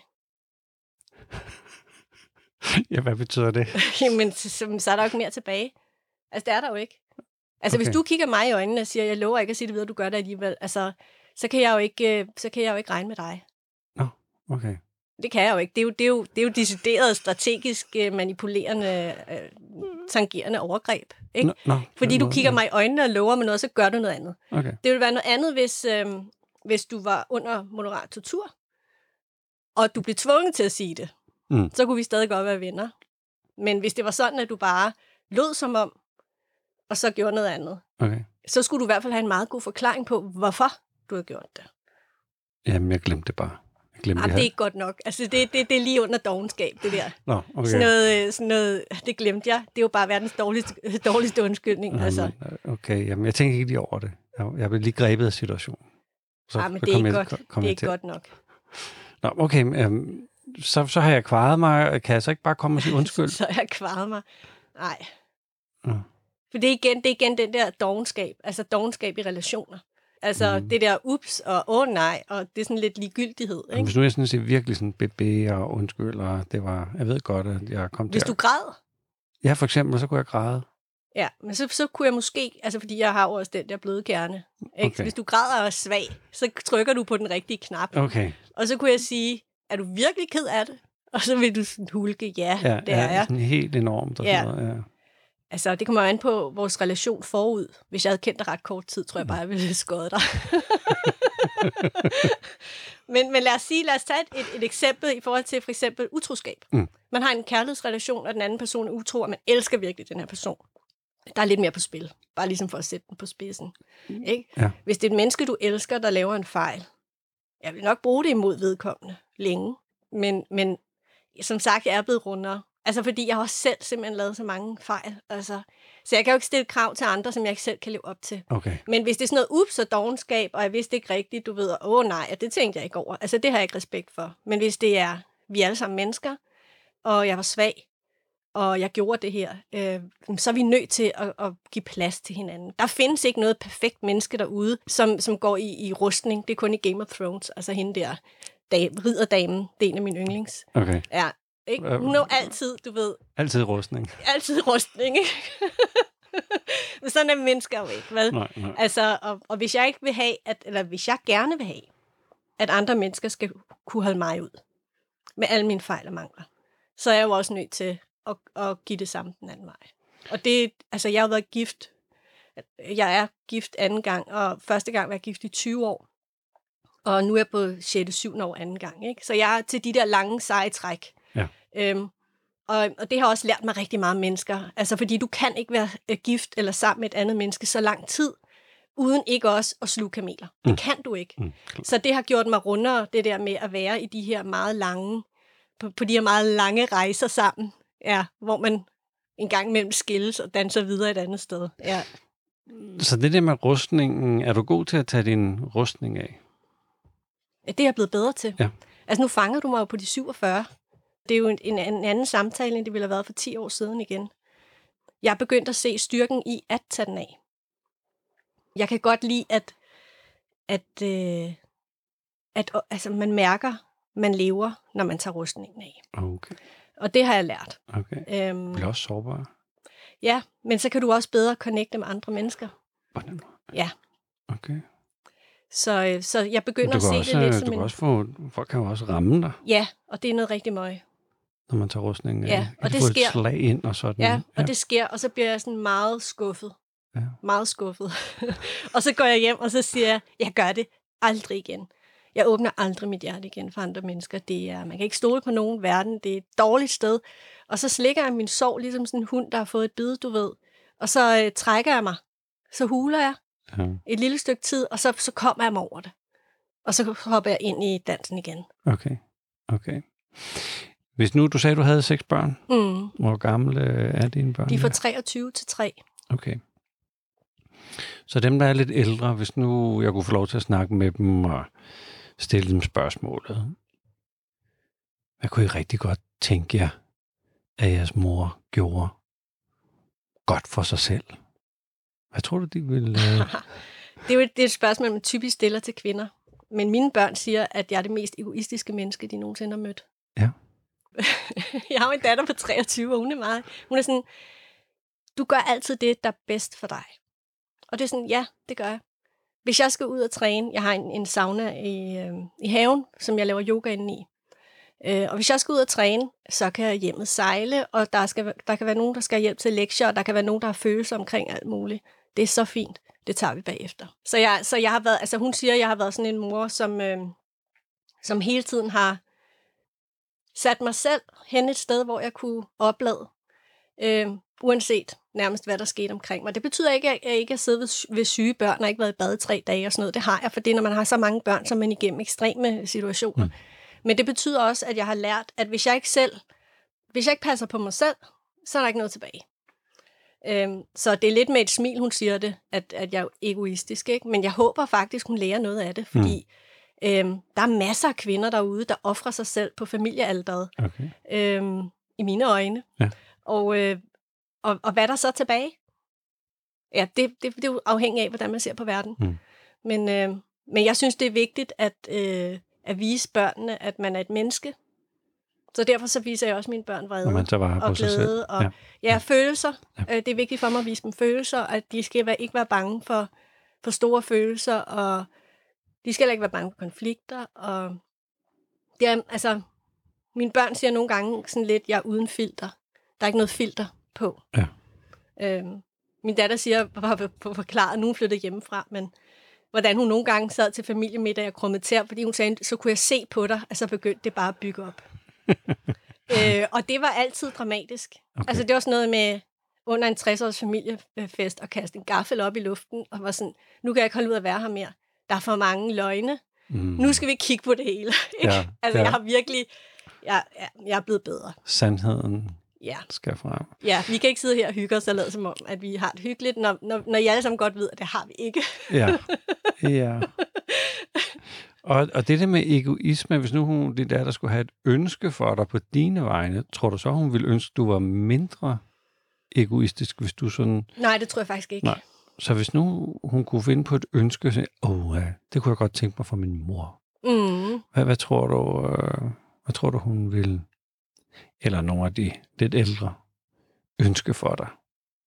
[SPEAKER 3] Ja, hvad betyder det?
[SPEAKER 2] Jamen, så er der jo ikke mere tilbage. Altså, det er der jo ikke. Altså, okay. Hvis du kigger mig i øjnene og siger, jeg lover ikke at sige det videre, du gør det alligevel, altså, så kan jeg jo ikke regne med dig.
[SPEAKER 3] Nå, okay.
[SPEAKER 2] Det kan jeg jo ikke. Det er jo decideret strategisk manipulerende, tangerende overgreb. Ikke? Fordi du kigger mig i øjnene og lover mig noget, så gør du noget andet.
[SPEAKER 3] Okay.
[SPEAKER 2] Det ville være noget andet, hvis du var under moderat tortur, og du blev tvunget til at sige det. Så kunne vi stadig godt være venner. Men hvis det var sådan, at du bare lød som om, og så gjorde noget andet, så skulle du i hvert fald have en meget god forklaring på, hvorfor du havde gjort det.
[SPEAKER 3] Jamen, jeg glemte det bare.
[SPEAKER 2] Det er ikke godt nok. Altså, det er lige under dovenskab, det der.
[SPEAKER 3] Nå, okay.
[SPEAKER 2] Sådan noget, det glemte jeg. Det er jo bare verdens dårligste undskyldning. Altså.
[SPEAKER 3] Okay, jamen, jeg tænker ikke lige over det. Jeg blev lige grebet af situationen.
[SPEAKER 2] Men det er ikke godt nok.
[SPEAKER 3] Nå, okay, så har jeg kvaret mig. Kan jeg så ikke bare komme og sige undskyld?
[SPEAKER 2] Så har jeg kvaret mig. Nej. For det er igen den der dovenskab. Altså dovenskab i relationer. Altså det der ups og nej, og det er sådan lidt ligegyldighed. Ikke?
[SPEAKER 3] Hvis nu jeg sådan siger virkelig sådan BB og undskyld, og det var, jeg ved godt, at jeg kom til.
[SPEAKER 2] Hvis du græd?
[SPEAKER 3] Ja, for eksempel, så kunne jeg græde.
[SPEAKER 2] Ja, men så kunne jeg måske, altså fordi jeg har også den der bløde kerne. Ikke? Okay. Hvis du græder og er svag, så trykker du på den rigtige knap.
[SPEAKER 3] Okay.
[SPEAKER 2] Og så kunne jeg sige, er du virkelig ked af det? Og så vil du sådan hulke, det er jeg.
[SPEAKER 3] Sådan helt enormt. Og sådan noget, ja.
[SPEAKER 2] Altså, det kommer jo an på vores relation forud. Hvis jeg havde kendt dig ret kort tid, tror jeg bare, jeg ville have skåret dig. men lad os tage et eksempel i forhold til for eksempel utroskab. Man har en kærlighedsrelation, og den anden person er utro, og man elsker virkelig den her person. Der er lidt mere på spil. Bare ligesom for at sætte den på spidsen. Ikke? Ja. Hvis det er et menneske, du elsker, der laver en fejl, jeg vil nok bruge det imod vedkommende længe. Men som sagt, jeg er blevet rundere. Altså, fordi jeg har også selv simpelthen lavet så mange fejl. Altså, så jeg kan jo ikke stille krav til andre, som jeg ikke selv kan leve op til.
[SPEAKER 3] Okay.
[SPEAKER 2] Men hvis det er sådan noget ups og dovenskab, og jeg vidste ikke rigtigt, du ved, nej, det tænkte jeg ikke over. Altså, det har jeg ikke respekt for. Men hvis det er, vi er alle sammen mennesker, og jeg var svag, og jeg gjorde det her, så er vi nødt til at give plads til hinanden. Der findes ikke noget perfekt menneske derude, som går i rustning. Det er kun i Game of Thrones. Altså hende der, ridderdamen, det er en af mine yndlings.
[SPEAKER 3] Okay.
[SPEAKER 2] Ja. Ikke? Hun er jo altid, du ved...
[SPEAKER 3] Altid rustning.
[SPEAKER 2] Altid rustning, ikke? Men sådan er mennesker jo ikke, vel?
[SPEAKER 3] Nej.
[SPEAKER 2] Altså, og hvis jeg ikke vil have, hvis jeg gerne vil have, at andre mennesker skal kunne holde mig ud, med alle mine fejl og mangler, så er jeg jo også nødt til at give det samme den anden vej. Og det, altså, jeg har været gift. Jeg er gift anden gang, og første gang var jeg gift i 20 år. Og nu er jeg på 6. 7. år anden gang, ikke? Så jeg er til de der lange, seje træk.
[SPEAKER 3] Ja.
[SPEAKER 2] Og det har også lært mig rigtig meget mennesker. Altså, fordi du kan ikke være gift eller sammen med et andet menneske så lang tid, uden ikke også at sluge kameler. Det kan du ikke. Så det har gjort mig rundere, det der med at være i de her meget lange, på de her meget lange rejser sammen, ja, hvor man en gang imellem skilles og danser videre et andet sted. Ja.
[SPEAKER 3] Så det der med rustningen, er du god til at tage din rustning af?
[SPEAKER 2] Ja, det er jeg blevet bedre til.
[SPEAKER 3] Ja.
[SPEAKER 2] Altså nu fanger du mig jo på de 47. Det er jo en anden samtale, end det ville have været for 10 år siden igen. Jeg er begyndt at se styrken i at tage den af. Jeg kan godt lide, at altså, man mærker, man lever, når man tager rustningen af.
[SPEAKER 3] Okay.
[SPEAKER 2] Og det har jeg lært.
[SPEAKER 3] Okay. Du bliver også sårbar.
[SPEAKER 2] Ja, men så kan du også bedre connecte med andre mennesker.
[SPEAKER 3] Hvordan?
[SPEAKER 2] Ja.
[SPEAKER 3] Okay.
[SPEAKER 2] Så jeg begynder at se det lidt som
[SPEAKER 3] folk kan jo også ramme dig.
[SPEAKER 2] Ja, og det er noget rigtig møg.
[SPEAKER 3] Når man tager rustningen af.
[SPEAKER 2] Ja, og det
[SPEAKER 3] få
[SPEAKER 2] sker.
[SPEAKER 3] Et slag ind og sådan.
[SPEAKER 2] Ja, og det sker, og så bliver jeg sådan meget skuffet.
[SPEAKER 3] Ja.
[SPEAKER 2] Meget skuffet. Og så går jeg hjem, og så siger jeg gør det aldrig igen. Jeg åbner aldrig mit hjerte igen for andre mennesker. Man kan ikke stole på nogen verden. Det er et dårligt sted. Og så slikker jeg min sorg, ligesom sådan en hund, der har fået et bid, du ved. Og så trækker jeg mig. Så huler jeg et lille stykke tid, og så kommer jeg mig over det. Og så hopper jeg ind i dansen igen.
[SPEAKER 3] Okay. Hvis nu, du sagde, du havde 6 børn. Hvor gamle er dine børn?
[SPEAKER 2] De er fra 23 til 3.
[SPEAKER 3] Okay. Så dem, der er lidt ældre, hvis nu jeg kunne få lov til at snakke med dem og stille dem spørgsmålet. Hvad kunne I rigtig godt tænke jer, at jeres mor gjorde godt for sig selv? Hvad tror du, de ville...
[SPEAKER 2] Det er et spørgsmål, man typisk stiller til kvinder. Men mine børn siger, at jeg er det mest egoistiske menneske, de nogensinde har mødt.
[SPEAKER 3] Ja.
[SPEAKER 2] Jeg har en datter på 23, og hun er sådan, du gør altid det, der er bedst for dig. Og det er sådan, ja, det gør jeg. Hvis jeg skal ud og træne, jeg har en sauna i haven, som jeg laver yoga inde i. Og hvis jeg skal ud og træne, så kan jeg hjemmet sejle, og der kan være nogen, der skal hjælp til lektier, og der kan være nogen, der har følelser omkring alt muligt. Det er så fint. Det tager vi bagefter. Så jeg har været, altså hun siger, at jeg har været sådan en mor, som hele tiden har sat mig selv hen et sted, hvor jeg kunne oplade, uanset nærmest, hvad der skete omkring mig. Det betyder ikke, at jeg ikke har siddet ved syge børn og ikke været i bad i 3 dage og sådan noget. Det har jeg, for det når man har så mange børn, så er man igennem ekstreme situationer. Men det betyder også, at jeg har lært, at hvis jeg ikke passer på mig selv, så er der ikke noget tilbage. Så det er lidt med et smil, hun siger det, at jeg er egoistisk, ikke? Men jeg håber faktisk, hun lærer noget af det, fordi der er masser af kvinder derude, der offrer sig selv på familiealderet. Okay. I mine øjne. Ja. Og hvad er der så tilbage? Ja, det er jo afhængigt af, hvordan man ser på verden. Men jeg synes, det er vigtigt at vise børnene, at man er et menneske. Så derfor så viser jeg også mine børn vrede og glæde og følelser. Ja. Det er vigtigt for mig at vise dem følelser, at de skal ikke være bange for store følelser, og de skal ikke være bange for konflikter. Og det er, altså, mine børn siger nogle gange sådan lidt, jeg er uden filter. Der er ikke noget filter på. Ja. Min datter siger, for forklaret, nu flyttede hjemmefra, men hvordan hun nogle gange sad til familiemiddag og krummede tær, fordi hun sagde, så kunne jeg se på dig, og så begyndte det bare at bygge op. Og det var altid dramatisk. Okay. Altså det var sådan noget med under en 60-års familiefest og kaste en gaffel op i luften og var sådan, nu kan jeg ikke holde ud at være her mere. Der er for mange løgne. Nu skal vi kigge på det hele. Ja, altså jeg har virkelig, jeg er blevet bedre.
[SPEAKER 3] Sandheden skal frem.
[SPEAKER 2] Ja, vi kan ikke sidde her og hygge os og lade som om, at vi har det hyggeligt, når I alle sammen godt ved, at det har vi ikke.
[SPEAKER 3] Ja. Og det der med egoisme, hvis nu det der skulle have et ønske for dig på dine vegne, tror du så, hun ville ønske, at du var mindre egoistisk, hvis du sådan...
[SPEAKER 2] Nej, det tror jeg faktisk ikke.
[SPEAKER 3] Nej. Så hvis nu hun kunne finde på et ønske, så det kunne jeg godt tænke mig for min mor. Hvad tror du, hun vil, eller nogle af de lidt ældre, ønske for dig?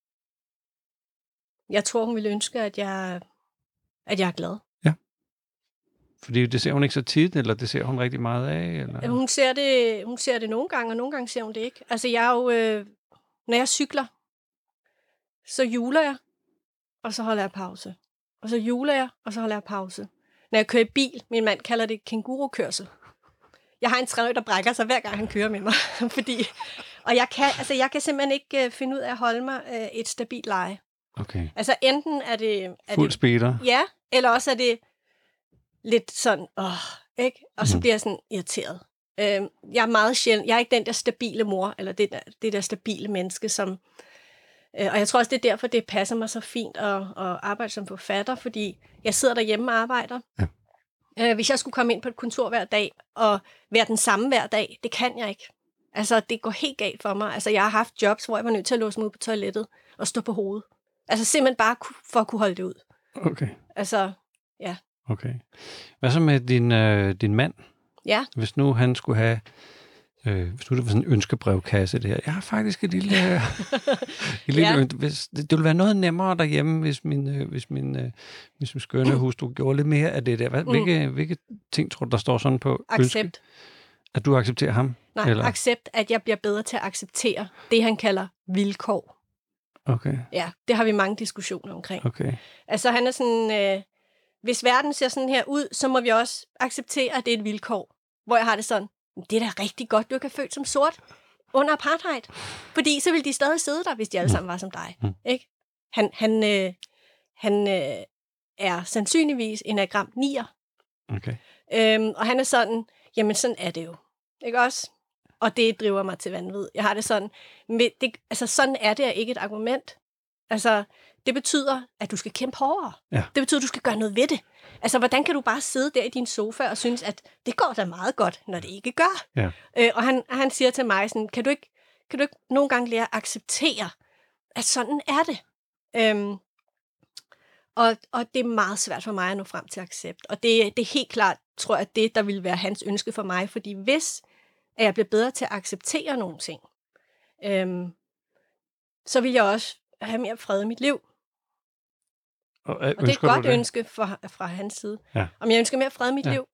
[SPEAKER 2] Jeg tror, hun vil ønske, at jeg er glad.
[SPEAKER 3] Fordi det ser hun ikke så tit, eller det ser hun rigtig meget af? Eller?
[SPEAKER 2] Hun ser det nogle gange, og nogle gange ser hun det ikke. Altså jeg er jo, når jeg cykler, så juler jeg, og så holder jeg pause. Og så juler jeg, og så holder jeg pause. Når jeg kører i bil, min mand kalder det kængurukørsel. Jeg har en træø, der brækker sig, hver gang han kører med mig. Og jeg kan simpelthen ikke finde ud af at holde mig et stabilt leje.
[SPEAKER 3] Okay.
[SPEAKER 2] Altså enten er det...
[SPEAKER 3] Fuld speeder?
[SPEAKER 2] Ja, eller også er det lidt sådan, ikke? Og så bliver jeg sådan irriteret. Jeg er meget sjældent. Jeg er ikke den der stabile mor, eller det der stabile menneske, som... Og jeg tror også, det er derfor, det passer mig så fint at arbejde som forfatter, fordi jeg sidder derhjemme og arbejder. Ja. Hvis jeg skulle komme ind på et kontor hver dag, og være den samme hver dag, det kan jeg ikke. Altså, det går helt galt for mig. Altså, jeg har haft jobs, hvor jeg var nødt til at låse mig ud på toilettet og stå på hovedet. Altså, simpelthen bare for at kunne holde det ud.
[SPEAKER 3] Okay.
[SPEAKER 2] Altså, ja.
[SPEAKER 3] Okay. Hvad så med din mand?
[SPEAKER 2] Ja.
[SPEAKER 3] Hvis nu han skulle have... hvis nu det var sådan en ønskebrevkasse, det her. Jeg har faktisk et lille... ja. Det ville være noget nemmere derhjemme, hvis min skønne hustru gjorde lidt mere af det der. Hvilke ting tror du, der står sådan på
[SPEAKER 2] Accept.
[SPEAKER 3] At du accepterer ham?
[SPEAKER 2] Nej, eller? Accept, at jeg bliver bedre til at acceptere det, han kalder vilkår.
[SPEAKER 3] Okay.
[SPEAKER 2] Ja, det har vi mange diskussioner omkring.
[SPEAKER 3] Okay.
[SPEAKER 2] Altså, han er sådan... hvis verden ser sådan her ud, så må vi også acceptere, at det er et vilkår. Hvor jeg har det sådan... Det er da rigtig godt, du ikke er født som sort under apartheid. Fordi så ville de stadig sidde der, hvis de alle sammen var som dig. Ikke? Han er sandsynligvis en agram 9'er.
[SPEAKER 3] Okay.
[SPEAKER 2] Og han er sådan, jamen sådan er det jo. Ikke også? Og det driver mig til vanvid. Jeg har det sådan, altså sådan er det ikke et argument. Altså, det betyder, at du skal kæmpe hårdere. Ja. Det betyder, at du skal gøre noget ved det. Altså, hvordan kan du bare sidde der i din sofa og synes, at det går da meget godt, når det ikke gør? Ja. Og han siger til mig sådan, kan du ikke nogle gange lære at acceptere, at sådan er det? Og det er meget svært for mig at nå frem til accept. Og det er helt klart, tror jeg, det, der ville være hans ønske for mig. Fordi hvis jeg bliver bedre til at acceptere nogle ting, så vil jeg også have mere fred i mit liv. Og det er et godt ønske fra hans side. Ja. Om jeg ønsker mere fred i mit liv.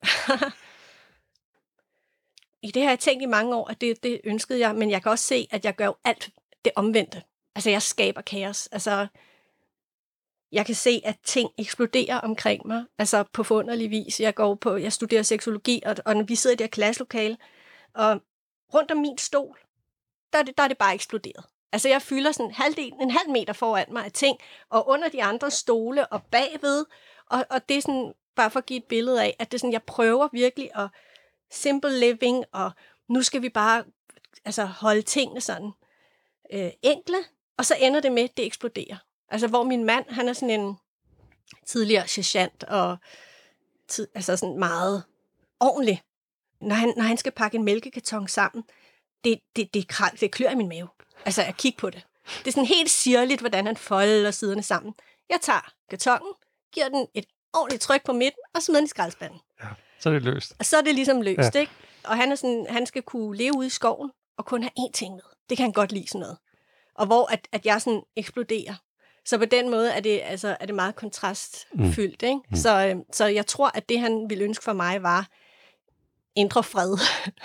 [SPEAKER 2] I det har jeg tænkt i mange år, at det ønskede jeg, men jeg kan også se, at jeg gør alt det omvendte. Altså, jeg skaber kaos. Altså, jeg kan se, at ting eksploderer omkring mig, altså på forunderlig vis. Jeg studerer seksologi, og når vi sidder i det her klasselokale, og rundt om min stol, der er det bare eksploderet. Altså, jeg fylder sådan en halv meter foran mig af ting, og under de andre stole og bagved, og det er sådan, bare for at give et billede af, at det er sådan, jeg prøver virkelig at simple living, og nu skal vi bare holde tingene sådan enkle, og så ender det med, at det eksploderer. Altså, hvor min mand, han er sådan en tidligere sergeant, og sådan meget ordentlig. Når han skal pakke en mælkekarton sammen, det klør i min mave. Altså, at kigge på det. Det er sådan helt sirligt, hvordan han folder siderne sammen. Jeg tager kartongen, giver den et ordentligt tryk på midten, og smider den i skraldespanden.
[SPEAKER 3] Ja, så er det løst.
[SPEAKER 2] Og så er det ligesom løst, ikke? Og han skal kunne leve ude i skoven, og kun have én ting med. Det kan han godt lide sådan noget. Og hvor at jeg sådan eksploderer. Så på den måde er det meget kontrastfyldt, ikke? Så jeg tror, at det, han ville ønske for mig, var indre fred.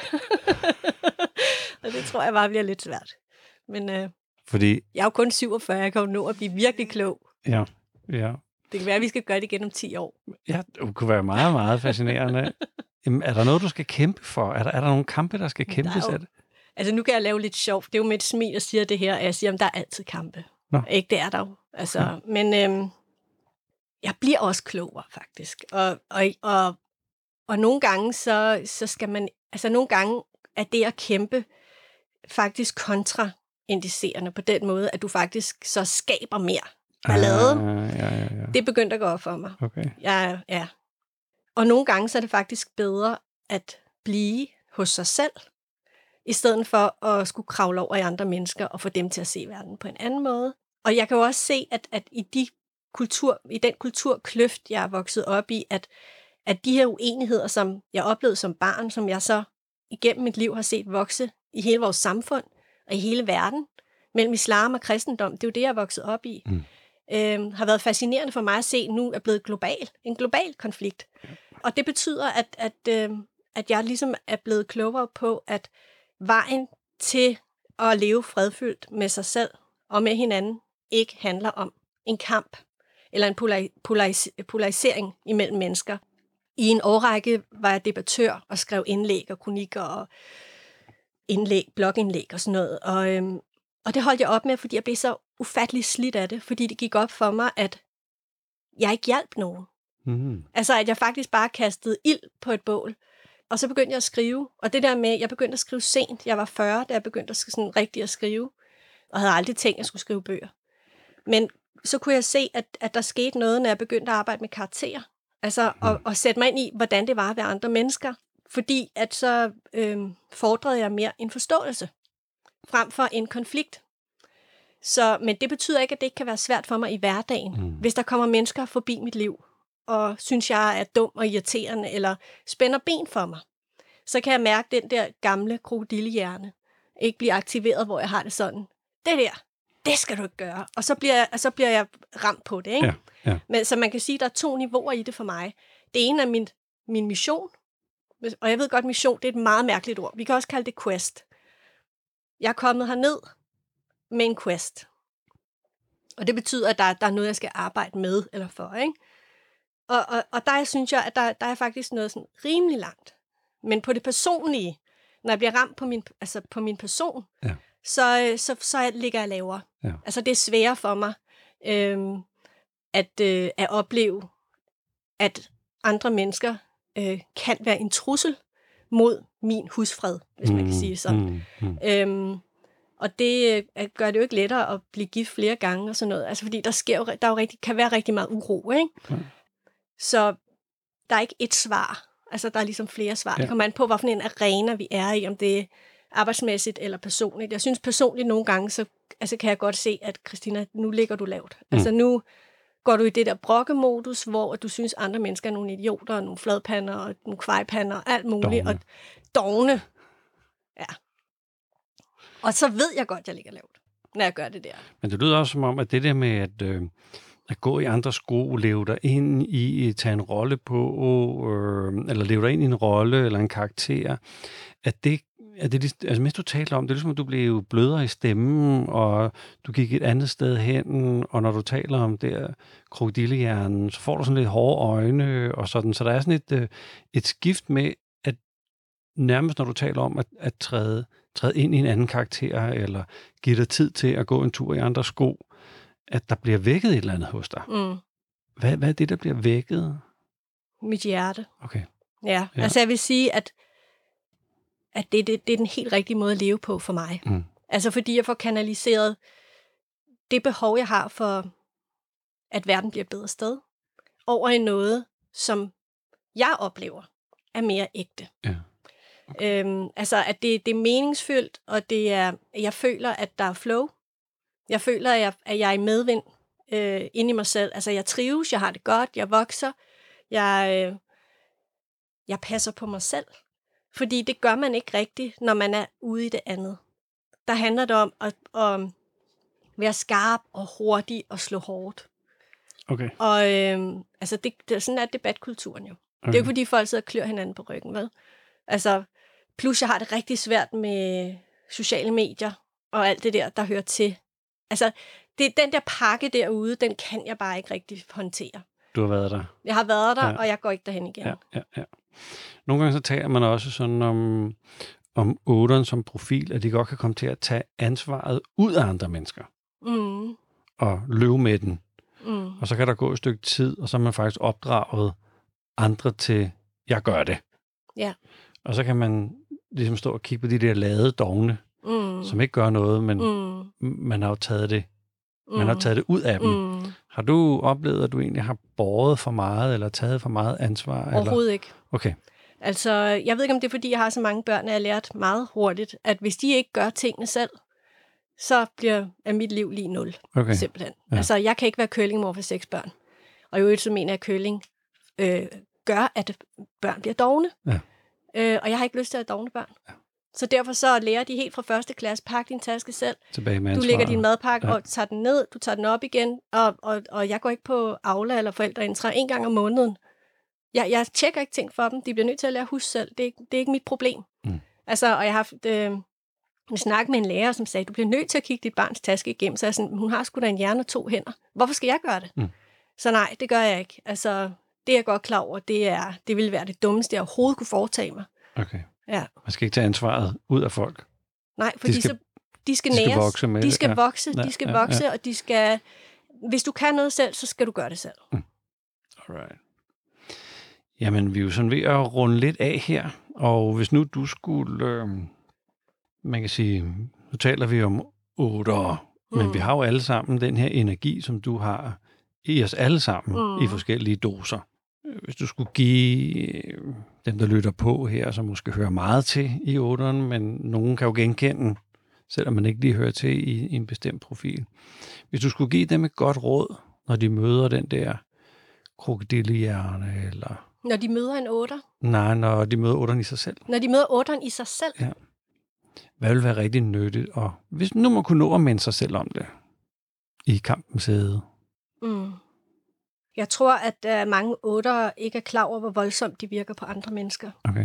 [SPEAKER 2] Og det tror jeg bare bliver lidt svært. Men fordi jeg er jo kun 47, jeg kan jo nå at blive virkelig klog.
[SPEAKER 3] Ja.
[SPEAKER 2] Det kan være, at vi skal gøre det igen om 10 år.
[SPEAKER 3] Ja, det kunne være meget, meget fascinerende. Jamen, er der noget, du skal kæmpe for? Er der nogle kampe, der skal kæmpes af det?
[SPEAKER 2] Altså, nu kan jeg lave lidt sjovt. Det er jo med et smil, jeg siger det her, og jeg siger, at der er altid kampe. Nå. Ikke, det er der jo. Altså, men jeg bliver også klogere, faktisk. Og nogle gange, så skal man... Altså, nogle gange er det at kæmpe faktisk kontraindicerende på den måde, at du faktisk så skaber mere ballade.
[SPEAKER 3] Ja.
[SPEAKER 2] Det er begyndt at gå op for mig.
[SPEAKER 3] Okay.
[SPEAKER 2] Ja. Og nogle gange så er det faktisk bedre at blive hos sig selv, i stedet for at skulle kravle over i andre mennesker og få dem til at se verden på en anden måde. Og jeg kan jo også se, at i den kulturkløft, jeg er vokset op i, at de her uenigheder, som jeg oplevede som barn, som jeg så igennem mit liv har set vokse i hele vores samfund og i hele verden, mellem islam og kristendom, det er jo det, jeg er vokset op i, har været fascinerende for mig at se, nu er blevet en global konflikt. Og det betyder, at jeg ligesom er blevet klogere på, at vejen til at leve fredfyldt med sig selv og med hinanden ikke handler om en kamp eller en polarisering imellem mennesker. I en årrække var jeg debattør og skrev indlæg og kronikker og blogindlæg og sådan noget. Og det holdt jeg op med, fordi jeg blev så ufattelig slidt af det, fordi det gik op for mig, at jeg ikke hjalp nogen. Altså, at jeg faktisk bare kastede ild på et bål. Og så begyndte jeg at skrive. Og det der med, jeg begyndte at skrive sent. Jeg var 40, da jeg begyndte sådan rigtig at skrive. Og havde aldrig tænkt, at jeg skulle skrive bøger. Men så kunne jeg se, at der skete noget, når jeg begyndte at arbejde med karakterer. Altså at sætte mig ind i, hvordan det var at være andre mennesker. Fordi at så fordrede jeg mere en forståelse, frem for en konflikt. Men det betyder ikke, at det ikke kan være svært for mig i hverdagen, hvis der kommer mennesker forbi mit liv, og synes, jeg er dum og irriterende, eller spænder ben for mig. Så kan jeg mærke den der gamle krokodillehjerne ikke blive aktiveret, hvor jeg har det sådan. Det skal du ikke gøre. Og så bliver jeg ramt på det, ikke?
[SPEAKER 3] Ja, ja.
[SPEAKER 2] Men så man kan sige, at der er 2 niveauer i det for mig. Det ene er min mission, og jeg ved godt, mission, det er et meget mærkeligt ord. Vi kan også kalde det quest. Jeg er kommet herned med en quest. Og det betyder, at der er noget, jeg skal arbejde med eller for, ikke? Og der synes jeg, at der er faktisk noget sådan rimelig langt. Men på det personlige, når jeg bliver ramt på min person,
[SPEAKER 3] ja.
[SPEAKER 2] så ligger jeg lavere.
[SPEAKER 3] Ja.
[SPEAKER 2] Altså det er sværere for mig at opleve, at andre mennesker kan være en trussel mod min husfred, hvis man kan sige sådan. Og det gør det jo ikke lettere at blive gift flere gange og sådan noget. Altså fordi kan være rigtig meget uro, ikke? Så der er ikke et svar. Altså der er ligesom flere svar. Ja. Det kommer an på, hvilken en arena vi er i, om det er arbejdsmæssigt eller personligt. Jeg synes personligt nogle gange, så kan jeg godt se, at Christina, nu ligger du lavt. Altså nu går du i det der brokkemodus, hvor du synes, andre mennesker er nogle idioter, og nogle fladpander, og nogle kvejpander, og alt muligt. Og dogne. Ja. Og så ved jeg godt, at jeg ligger lavt, når jeg gør det der.
[SPEAKER 3] Men det lyder også som om, at det der med at gå i andres sko, leve dig ind i, tage en rolle på, eller leve dig ind i en rolle eller en karakter, at det altså mens du talte om, det er ligesom, at du blev blødere i stemmen, og du gik et andet sted hen, og når du taler om der krokodillehjernen, så får du sådan lidt hårde øjne, og sådan, så der er sådan et skift med, at nærmest når du taler om at træde ind i en anden karakter, eller give dig tid til at gå en tur i andres sko, at der bliver vækket et eller andet hos dig. Hvad er det, der bliver vækket?
[SPEAKER 2] Mit hjerte.
[SPEAKER 3] Okay.
[SPEAKER 2] Ja, altså jeg vil sige, at det er den helt rigtige måde at leve på for mig. Altså fordi jeg får kanaliseret det behov, jeg har for, at verden bliver et bedre sted, over i noget, som jeg oplever er mere ægte. Ja. Okay. Altså at det er meningsfyldt, og jeg føler, at der er flow. Jeg føler, at jeg er i medvind inde i mig selv. Altså jeg trives, jeg har det godt, jeg vokser, jeg passer på mig selv. Fordi det gør man ikke rigtigt, når man er ude i det andet. Der handler det om at være skarp og hurtig og slå hårdt. Okay. Og altså sådan er debatkulturen jo. Okay. Det er jo ikke, fordi folk sidder og klør hinanden på ryggen, vel? Altså, plus jeg har det rigtig svært med sociale medier og alt det der hører til. Altså, den der pakke derude, den kan jeg bare ikke rigtig håndtere.
[SPEAKER 3] Du har været der.
[SPEAKER 2] Jeg har været der, og jeg går ikke derhen igen.
[SPEAKER 3] Ja. Nogle gange så taler man også sådan om 8'eren som profil, at de godt kan komme til at tage ansvaret ud af andre mennesker. Og løbe med den. Og så kan der gå et stykke tid, og så er man faktisk opdraget andre til, jeg gør det. Ja. Og så kan man ligesom stå og kigge på de der lade dogne, som ikke gør noget, men man har jo taget det. Man har taget det ud af dem. Har du oplevet, at du egentlig har båret for meget, eller taget for meget ansvar?
[SPEAKER 2] Overhovedet ikke.
[SPEAKER 3] Okay.
[SPEAKER 2] Altså, jeg ved ikke, om det er, fordi jeg har så mange børn, at jeg har lært meget hurtigt, at hvis de ikke gør tingene selv, så er mit liv lige 0. Okay. Simpelthen. Ja. Altså, jeg kan ikke være curlingmor for 6 børn. Og i øvrigt så mener jeg, at curling gør, at børn bliver dovne. Ja. Og jeg har ikke lyst til at have dovne børn. Ja. Så derfor så lærer de helt fra 1. klasse, pak din taske selv. Du lægger din madpakke og tager den ned, du tager den op igen, og jeg går ikke på Aula eller forældreintra 1 gang om måneden. Jeg tjekker ikke ting for dem. De bliver nødt til at lære at huske selv. Det er ikke mit problem. Altså, og jeg har haft en snak med en lærer, som sagde, du bliver nødt til at kigge dit barns taske igennem. Så jeg sådan, hun har sgu da en hjerne og 2 hænder. Hvorfor skal jeg gøre det? Så nej, det gør jeg ikke. Altså, det er jeg godt klar over. Det ville være det dummeste, jeg overhovedet kunne foretage mig. Okay. Ja. Man
[SPEAKER 3] skal ikke tage ansvaret ud af folk.
[SPEAKER 2] Nej, for de skal næres.
[SPEAKER 3] Vokse med
[SPEAKER 2] de skal vokse, de skal vokse, og de skal... Hvis du kan noget selv, så skal du gøre det selv.
[SPEAKER 3] Alright. Jamen, vi er jo sådan ved at runde lidt af her, Og hvis nu du skulle, man kan sige, nu taler vi om 8 år, men vi har jo alle sammen den her energi, som du har i os alle sammen i forskellige doser. Hvis du skulle give dem, der lytter på her, som måske hører meget til i 8'eren, men nogen kan jo genkende, selvom man ikke lige hører til i en bestemt profil. Hvis du skulle give dem et godt råd, når de møder den der krokodillehjerne, eller...
[SPEAKER 2] Når de møder en 8'er?
[SPEAKER 3] Nej, når de møder 8'eren i sig selv.
[SPEAKER 2] Når de møder 8'eren i sig selv?
[SPEAKER 3] Ja. Hvad vil være rigtig nyttigt? Og hvis nu man kunne nå at minde sig selv om det i kampens hede.
[SPEAKER 2] Jeg tror, at mange 8'ere ikke er klar over, hvor voldsomt de virker på andre mennesker.
[SPEAKER 3] Okay.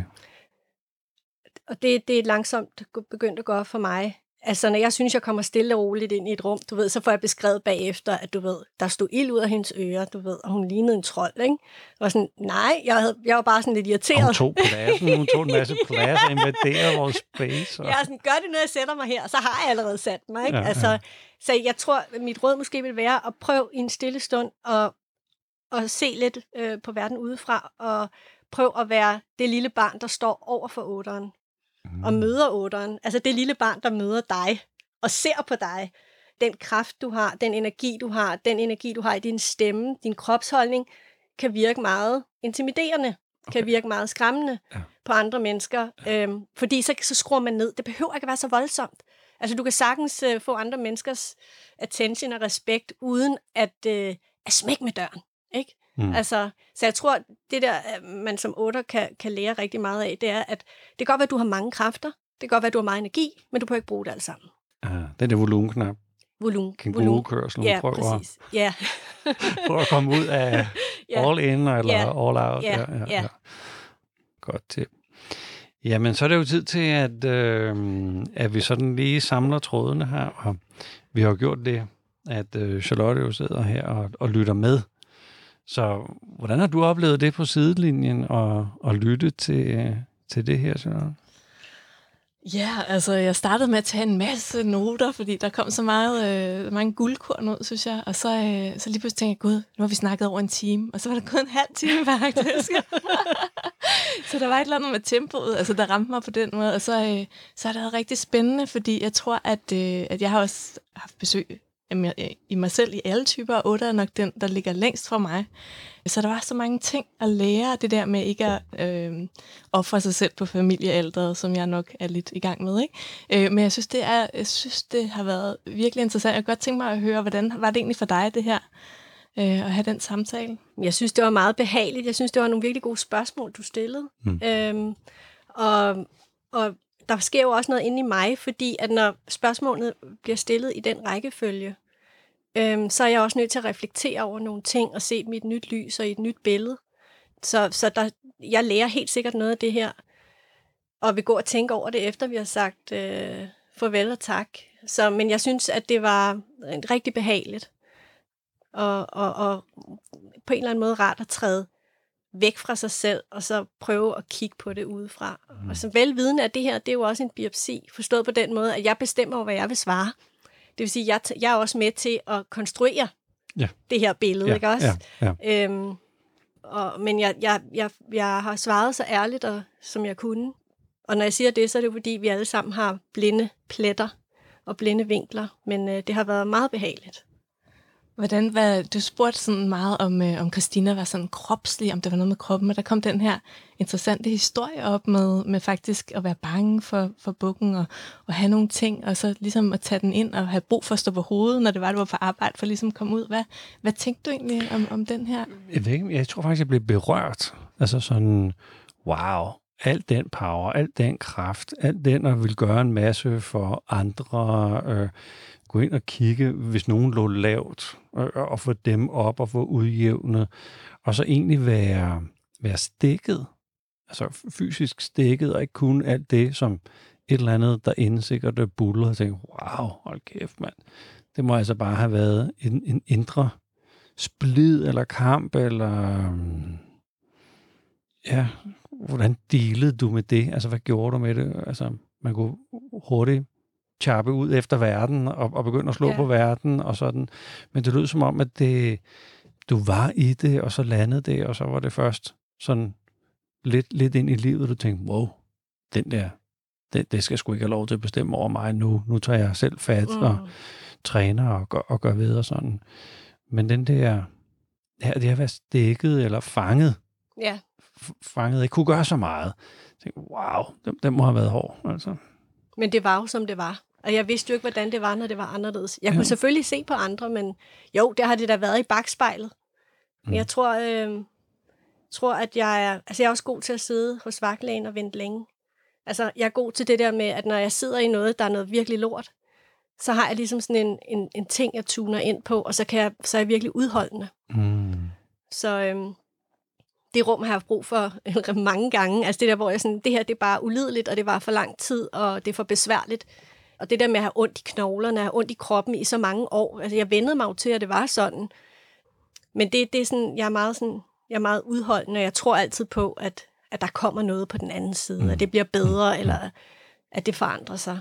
[SPEAKER 2] Og det er langsomt begyndt at gå op for mig. Altså, når jeg synes, jeg kommer stille og roligt ind i et rum, du ved, så får jeg beskrevet bagefter, at du ved, der stod ild ud af hendes ører, du ved, og hun lignede en trold, ikke? Og sådan, nej, jeg var bare sådan lidt irriteret.
[SPEAKER 3] Hun tog en masse plads og invaderede vores space. Og...
[SPEAKER 2] Jeg er sådan, gør det, når jeg sætter mig her, så har jeg allerede sat mig, ikke? Ja, altså, så jeg tror, mit råd måske vil være at prøve i en stille stund og se lidt på verden udefra, og prøv at være det lille barn, der står over for 8'eren. Og møder 8'eren. Altså det lille barn, der møder dig og ser på dig. Den kraft, du har, den energi, du har i din stemme, din kropsholdning, kan virke meget intimiderende, kan virke meget skræmmende på andre mennesker. Fordi så skruer man ned. Det behøver ikke at være så voldsomt. Altså du kan sagtens få andre menneskers attention og respekt, uden at smække med døren. Ikke? Altså, så jeg tror, det der, man som 8'er kan lære rigtig meget af, det er, at det kan godt være, at du har mange kræfter, det kan godt være, at du har meget energi, men du behøver ikke bruge det alt sammen.
[SPEAKER 3] Den der volumenknap. Kængurukørsel.
[SPEAKER 2] Ja, præcis. Ja.
[SPEAKER 3] Prøv at komme ud af all in eller all out. Ja. Godt tip. Jamen, så er det jo tid til, at vi sådan lige samler trådene her, og vi har jo gjort det, at Charlotte jo sidder her og lytter med. Så hvordan har du oplevet det på sidelinjen og lytte til det her, Charlotte?
[SPEAKER 1] Ja, altså jeg startede med at tage en masse noter, fordi der kom så mange guldkorn ud, synes jeg. Og så lige pludselig tænkte jeg, gud, nu har vi snakket over en time, og så var der gået en halv time faktisk. Så der var et eller andet med tempoet, altså der ramte mig på den måde. Og så har det været rigtig spændende, fordi jeg tror, at jeg har også haft besøg i mig selv i alle typer, og 8 er nok den, der ligger længst fra mig. Så der var så mange ting at lære, det der med ikke at ofre sig selv på familiealderet, som jeg nok er lidt i gang med, ikke? Men jeg synes, det har været virkelig interessant. Jeg kan godt tænke mig at høre, hvordan var det egentlig for dig, det her, at have den samtale? Jeg synes, det var meget behageligt. Jeg synes, det var nogle virkelig gode spørgsmål, du stillede. Og der sker jo også noget inde i mig, fordi at når spørgsmålet bliver stillet i den rækkefølge, så er jeg også nødt til at reflektere over nogle ting og se mit nyt lys og i et nyt billede. Så jeg lærer helt sikkert noget af det her, og vil gå og tænke over det, efter vi har sagt farvel og tak. Men jeg synes, at det var rigtig behageligt, og på en eller anden måde rart at træde væk fra sig selv, og så prøve at kigge på det udefra. Og så velvidende, at det her, det er jo også en biopsi, forstået på den måde, at jeg bestemmer over, hvad jeg vil svare. Det vil sige, at jeg er også med til at konstruere det her billede, ikke også? Ja. Men jeg har svaret så ærligt, som jeg kunne. Og når jeg siger det, så er det jo fordi, vi alle sammen har blinde pletter og blinde vinkler, men det har været meget behageligt. Du spurgte sådan meget om Christina var sådan kropslig, om det var noget med kroppen, og der kom den her interessante historie op med faktisk at være bange for bukken og have nogle ting, og så ligesom at tage den ind og have brug for at stå på hovedet, når det var, du var på arbejde, for ligesom at komme ud. Hvad tænkte du egentlig om den her?
[SPEAKER 3] Jeg tror faktisk, jeg blev berørt. Altså sådan, wow, alt den power, alt den kraft, alt den at vil gøre en masse for andre, gå ind og kigge, hvis nogen lå lavt, og få dem op og få udjævnet, og så egentlig være stikket, altså fysisk stikket, og ikke kun alt det, som et eller andet derinde sikkert buller, og tænke, wow, hold kæft, mand. Det må altså bare have været en indre splid, eller kamp, eller hvordan dealede du med det? Altså, hvad gjorde du med det? Altså, man kunne hurtigt chappe ud efter verden, og begynde at slå på verden, og sådan. Men det lød som om, at du var i det, og så landede det, og så var det først sådan lidt ind i livet, du tænkte, wow, det skal sgu ikke have lov til at bestemme over mig nu. Nu tager jeg selv fat og træner og gør videre sådan. Men den der, det at være stikket eller fanget, fanget, ikke kunne gøre så meget. Jeg tænkte, wow, den må have været hård. Altså.
[SPEAKER 2] Men det var jo, som det var. Og jeg vidste jo ikke, hvordan det var, når det var anderledes. Jeg kunne selvfølgelig se på andre, men jo, det har det da været i bagspejlet. Men jeg tror, at jeg er også god til at sidde hos vagtlægen og vente længe. Altså, jeg er god til det der med, at når jeg sidder i noget, der er noget virkelig lort, så har jeg ligesom sådan en ting, jeg tuner ind på, og så er jeg virkelig udholdende. Så det rum har jeg brug for mange gange. Altså det der, hvor jeg sådan, det her, det er bare ulideligt, og det var for lang tid, og det er for besværligt. Og det der med at have ondt i knoglerne, have ondt i kroppen i så mange år. Altså jeg vendede mig jo til, at det var sådan. Men det er sådan, jeg er meget udholdende, og jeg tror altid på, at der kommer noget på den anden side, at det bliver bedre, eller at det forandrer sig.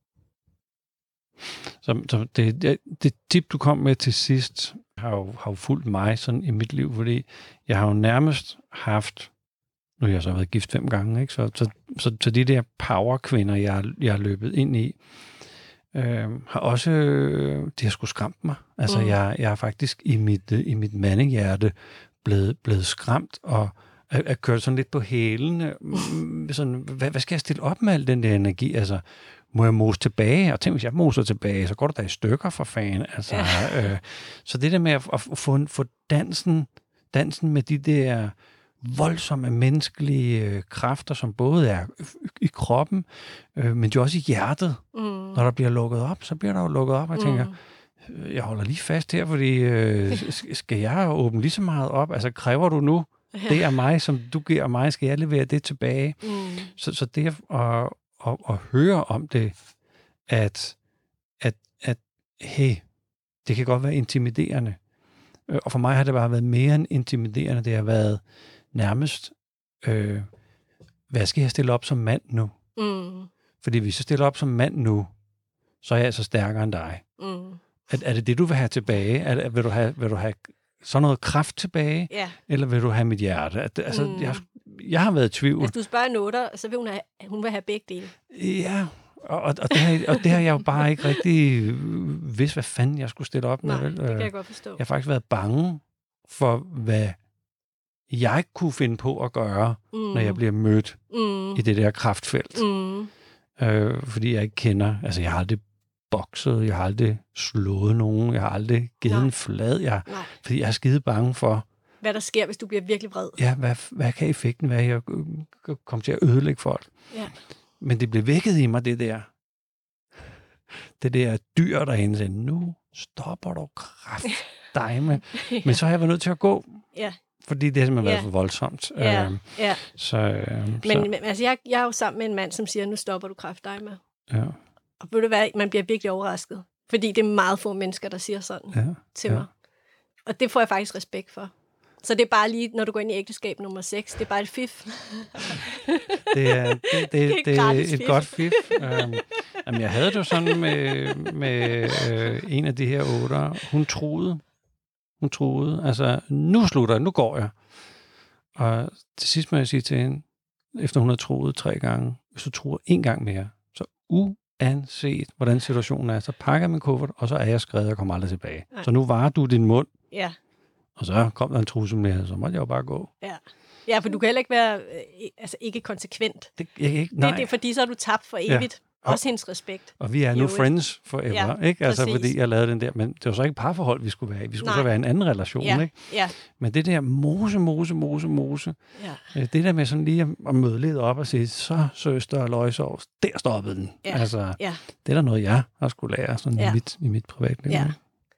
[SPEAKER 3] Så det tip, du kom med til sidst, har jo fulgt mig sådan i mit liv, fordi jeg har jo nærmest haft, nu har jeg så været gift 5 gange, ikke? Så de der powerkvinder, jeg har løbet ind i, har også, det har sgu skræmt mig. Altså jeg er faktisk i mit mandehjerte blevet skræmt, og at køre sådan lidt på hælene. Sådan, hvad skal jeg stille op med al den der energi? Altså, må jeg mose tilbage? Og tænk, hvis jeg moser tilbage, så går det da i stykker for fanden. Altså, så det der med at få dansen med de der voldsomme menneskelige kræfter, som både er i kroppen, men jo også i hjertet. Når der bliver lukket op, så bliver der jo lukket op, og jeg tænker, jeg holder lige fast her, fordi skal jeg åbne lige så meget op? Altså, kræver du nu det er mig, som du giver mig, skal jeg levere det tilbage? Så det at høre om det, at hey, det kan godt være intimiderende. Og for mig har det bare været mere end intimiderende. Det har været nærmest, hvad skal jeg stille op som mand nu? Fordi hvis jeg stiller op som mand nu, så er jeg altså stærkere end dig. Er det du vil have tilbage? Vil du have så noget kraft tilbage? Ja. Eller vil du have mit hjerte? Jeg har været i tvivl.
[SPEAKER 2] Hvis du spørger en 8'er, så vil hun vil have begge dele.
[SPEAKER 3] Ja, og det har jeg jo bare ikke rigtig vidst, hvad fanden jeg skulle stille op med.
[SPEAKER 2] Nej, det kan jeg godt forstå. Jeg
[SPEAKER 3] har faktisk været bange for, hvad jeg kunne finde på at gøre, når jeg bliver mødt i det der kraftfelt. Fordi jeg ikke kender, altså jeg har aldrig bokset, jeg har aldrig slået nogen, jeg har aldrig givet en flad, fordi jeg er skide bange for,
[SPEAKER 2] hvad der sker, hvis du bliver virkelig vred.
[SPEAKER 3] Ja, hvad kan effekten være? Jeg kommer til at ødelægge folk. Ja. Men det blev vækket i mig, det der dyr derinde, sagde, nu stopper du kraftedeme. Men så har jeg været nødt til at gå, fordi det har simpelthen været for voldsomt.
[SPEAKER 2] Men altså, jeg er jo sammen med en mand, som siger, nu stopper du kraftedeme. Ja. Og ved du hvad, man bliver virkelig overrasket, fordi det er meget få mennesker, der siger sådan til mig. Og det får jeg faktisk respekt for. Så det er bare lige, når du går ind i ægteskab nummer 6, det er bare et fif.
[SPEAKER 3] det er et godt fif. Jamen, jeg havde det jo sådan med en af de her 8'ere. Hun troede. Altså, nu slutter jeg, nu går jeg. Og til sidst må jeg sige til hende, efter hun har troet 3 gange, hvis du tror 1 gang mere, så uanset hvordan situationen er, så pakker jeg min kuffert, og så er jeg skrevet og kommer aldrig tilbage. Nej. Så nu varer du din mund. Ja. Og så kom der en trussel med, så måtte jeg jo bare gå.
[SPEAKER 2] Ja, for du kan heller ikke være ikke konsekvent. Det er fordi, så er du tabt for evigt. Også hendes respekt.
[SPEAKER 3] Og vi er nu friends forever, ikke? Altså, præcis. Fordi jeg lavede den der, men det var så ikke parforhold, vi skulle være i. Vi skulle så være en anden relation, ikke? Ja. Men det der mose. Ja. Det der med sådan lige at møde lidt op og sige, så søster og løgsovs, der stoppede den. Ja. Altså, det er der noget, jeg har skulle lære sådan i mit privatliv. Ja.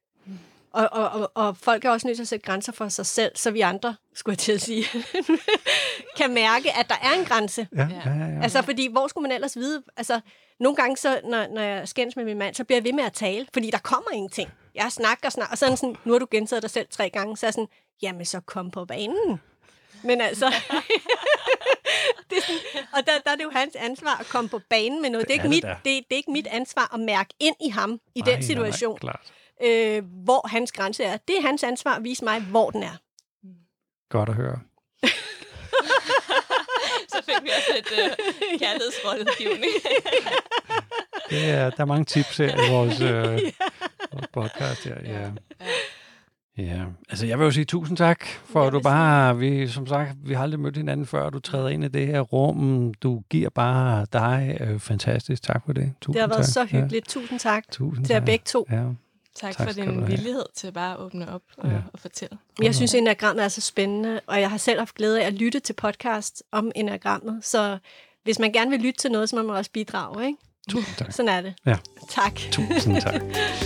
[SPEAKER 2] Og folk er også nødt til at sætte grænser for sig selv, så vi andre, skulle jeg til at sige, kan mærke, at der er en grænse. Ja. Altså, fordi hvor skulle man ellers vide? Altså, nogle gange, så, når jeg skændes med min mand, så bliver jeg ved med at tale, fordi der kommer ingenting. Jeg snakker, og sådan, nu har du gentaget dig selv 3 gange, så er jeg sådan, jamen så kom på banen. Men altså, det er sådan, og der er det jo hans ansvar at komme på banen med noget. Det er ikke mit ansvar at mærke ind i ham i den situation. Nej, klart. Hvor hans grænse er. Det er hans ansvar at vise mig, hvor den er.
[SPEAKER 3] Godt at høre.
[SPEAKER 1] fik vi også lidt kærlighedsrådgivning.
[SPEAKER 3] Der er mange tips her i vores podcast her. Ja. Ja, altså jeg vil jo sige tusind tak, for at du bare, som sagt, vi har aldrig mødt hinanden før, du træder ind i det her rum, du giver bare dig fantastisk. Tak for det.
[SPEAKER 2] Tusind tak. Det har været så hyggeligt. Ja. Tusind tak til jer begge to.
[SPEAKER 3] Ja.
[SPEAKER 1] Tak for din villighed til bare at åbne op og fortælle.
[SPEAKER 2] Jeg synes, enagrammet er så spændende, og jeg har selv haft glæde af at lytte til podcast om enagrammet, så hvis man gerne vil lytte til noget, så må man også bidrage, ikke?
[SPEAKER 3] Tusind tak.
[SPEAKER 2] Sådan er det.
[SPEAKER 3] Ja.
[SPEAKER 2] Tak.
[SPEAKER 3] Tusind tak.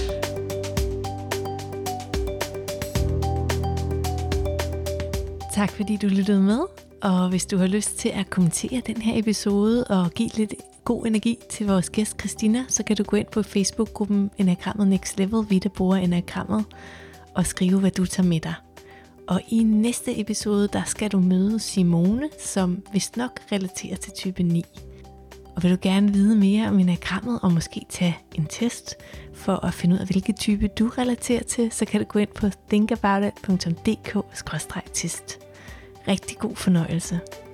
[SPEAKER 1] Tak fordi du lyttede med, og hvis du har lyst til at kommentere den her episode og give lidt god energi til vores gæst Christina, så kan du gå ind på Facebook-gruppen Enagrammet Next Level, vi der bruger enagrammet, og skrive hvad du tager med dig. Og i næste episode, der skal du møde Simone, som vist nok relaterer til type 9. Og vil du gerne vide mere om enagrammet og måske tage en test for at finde ud af, hvilke type du relaterer til, så kan du gå ind på thinkaboutit.dk/test. Rigtig god fornøjelse.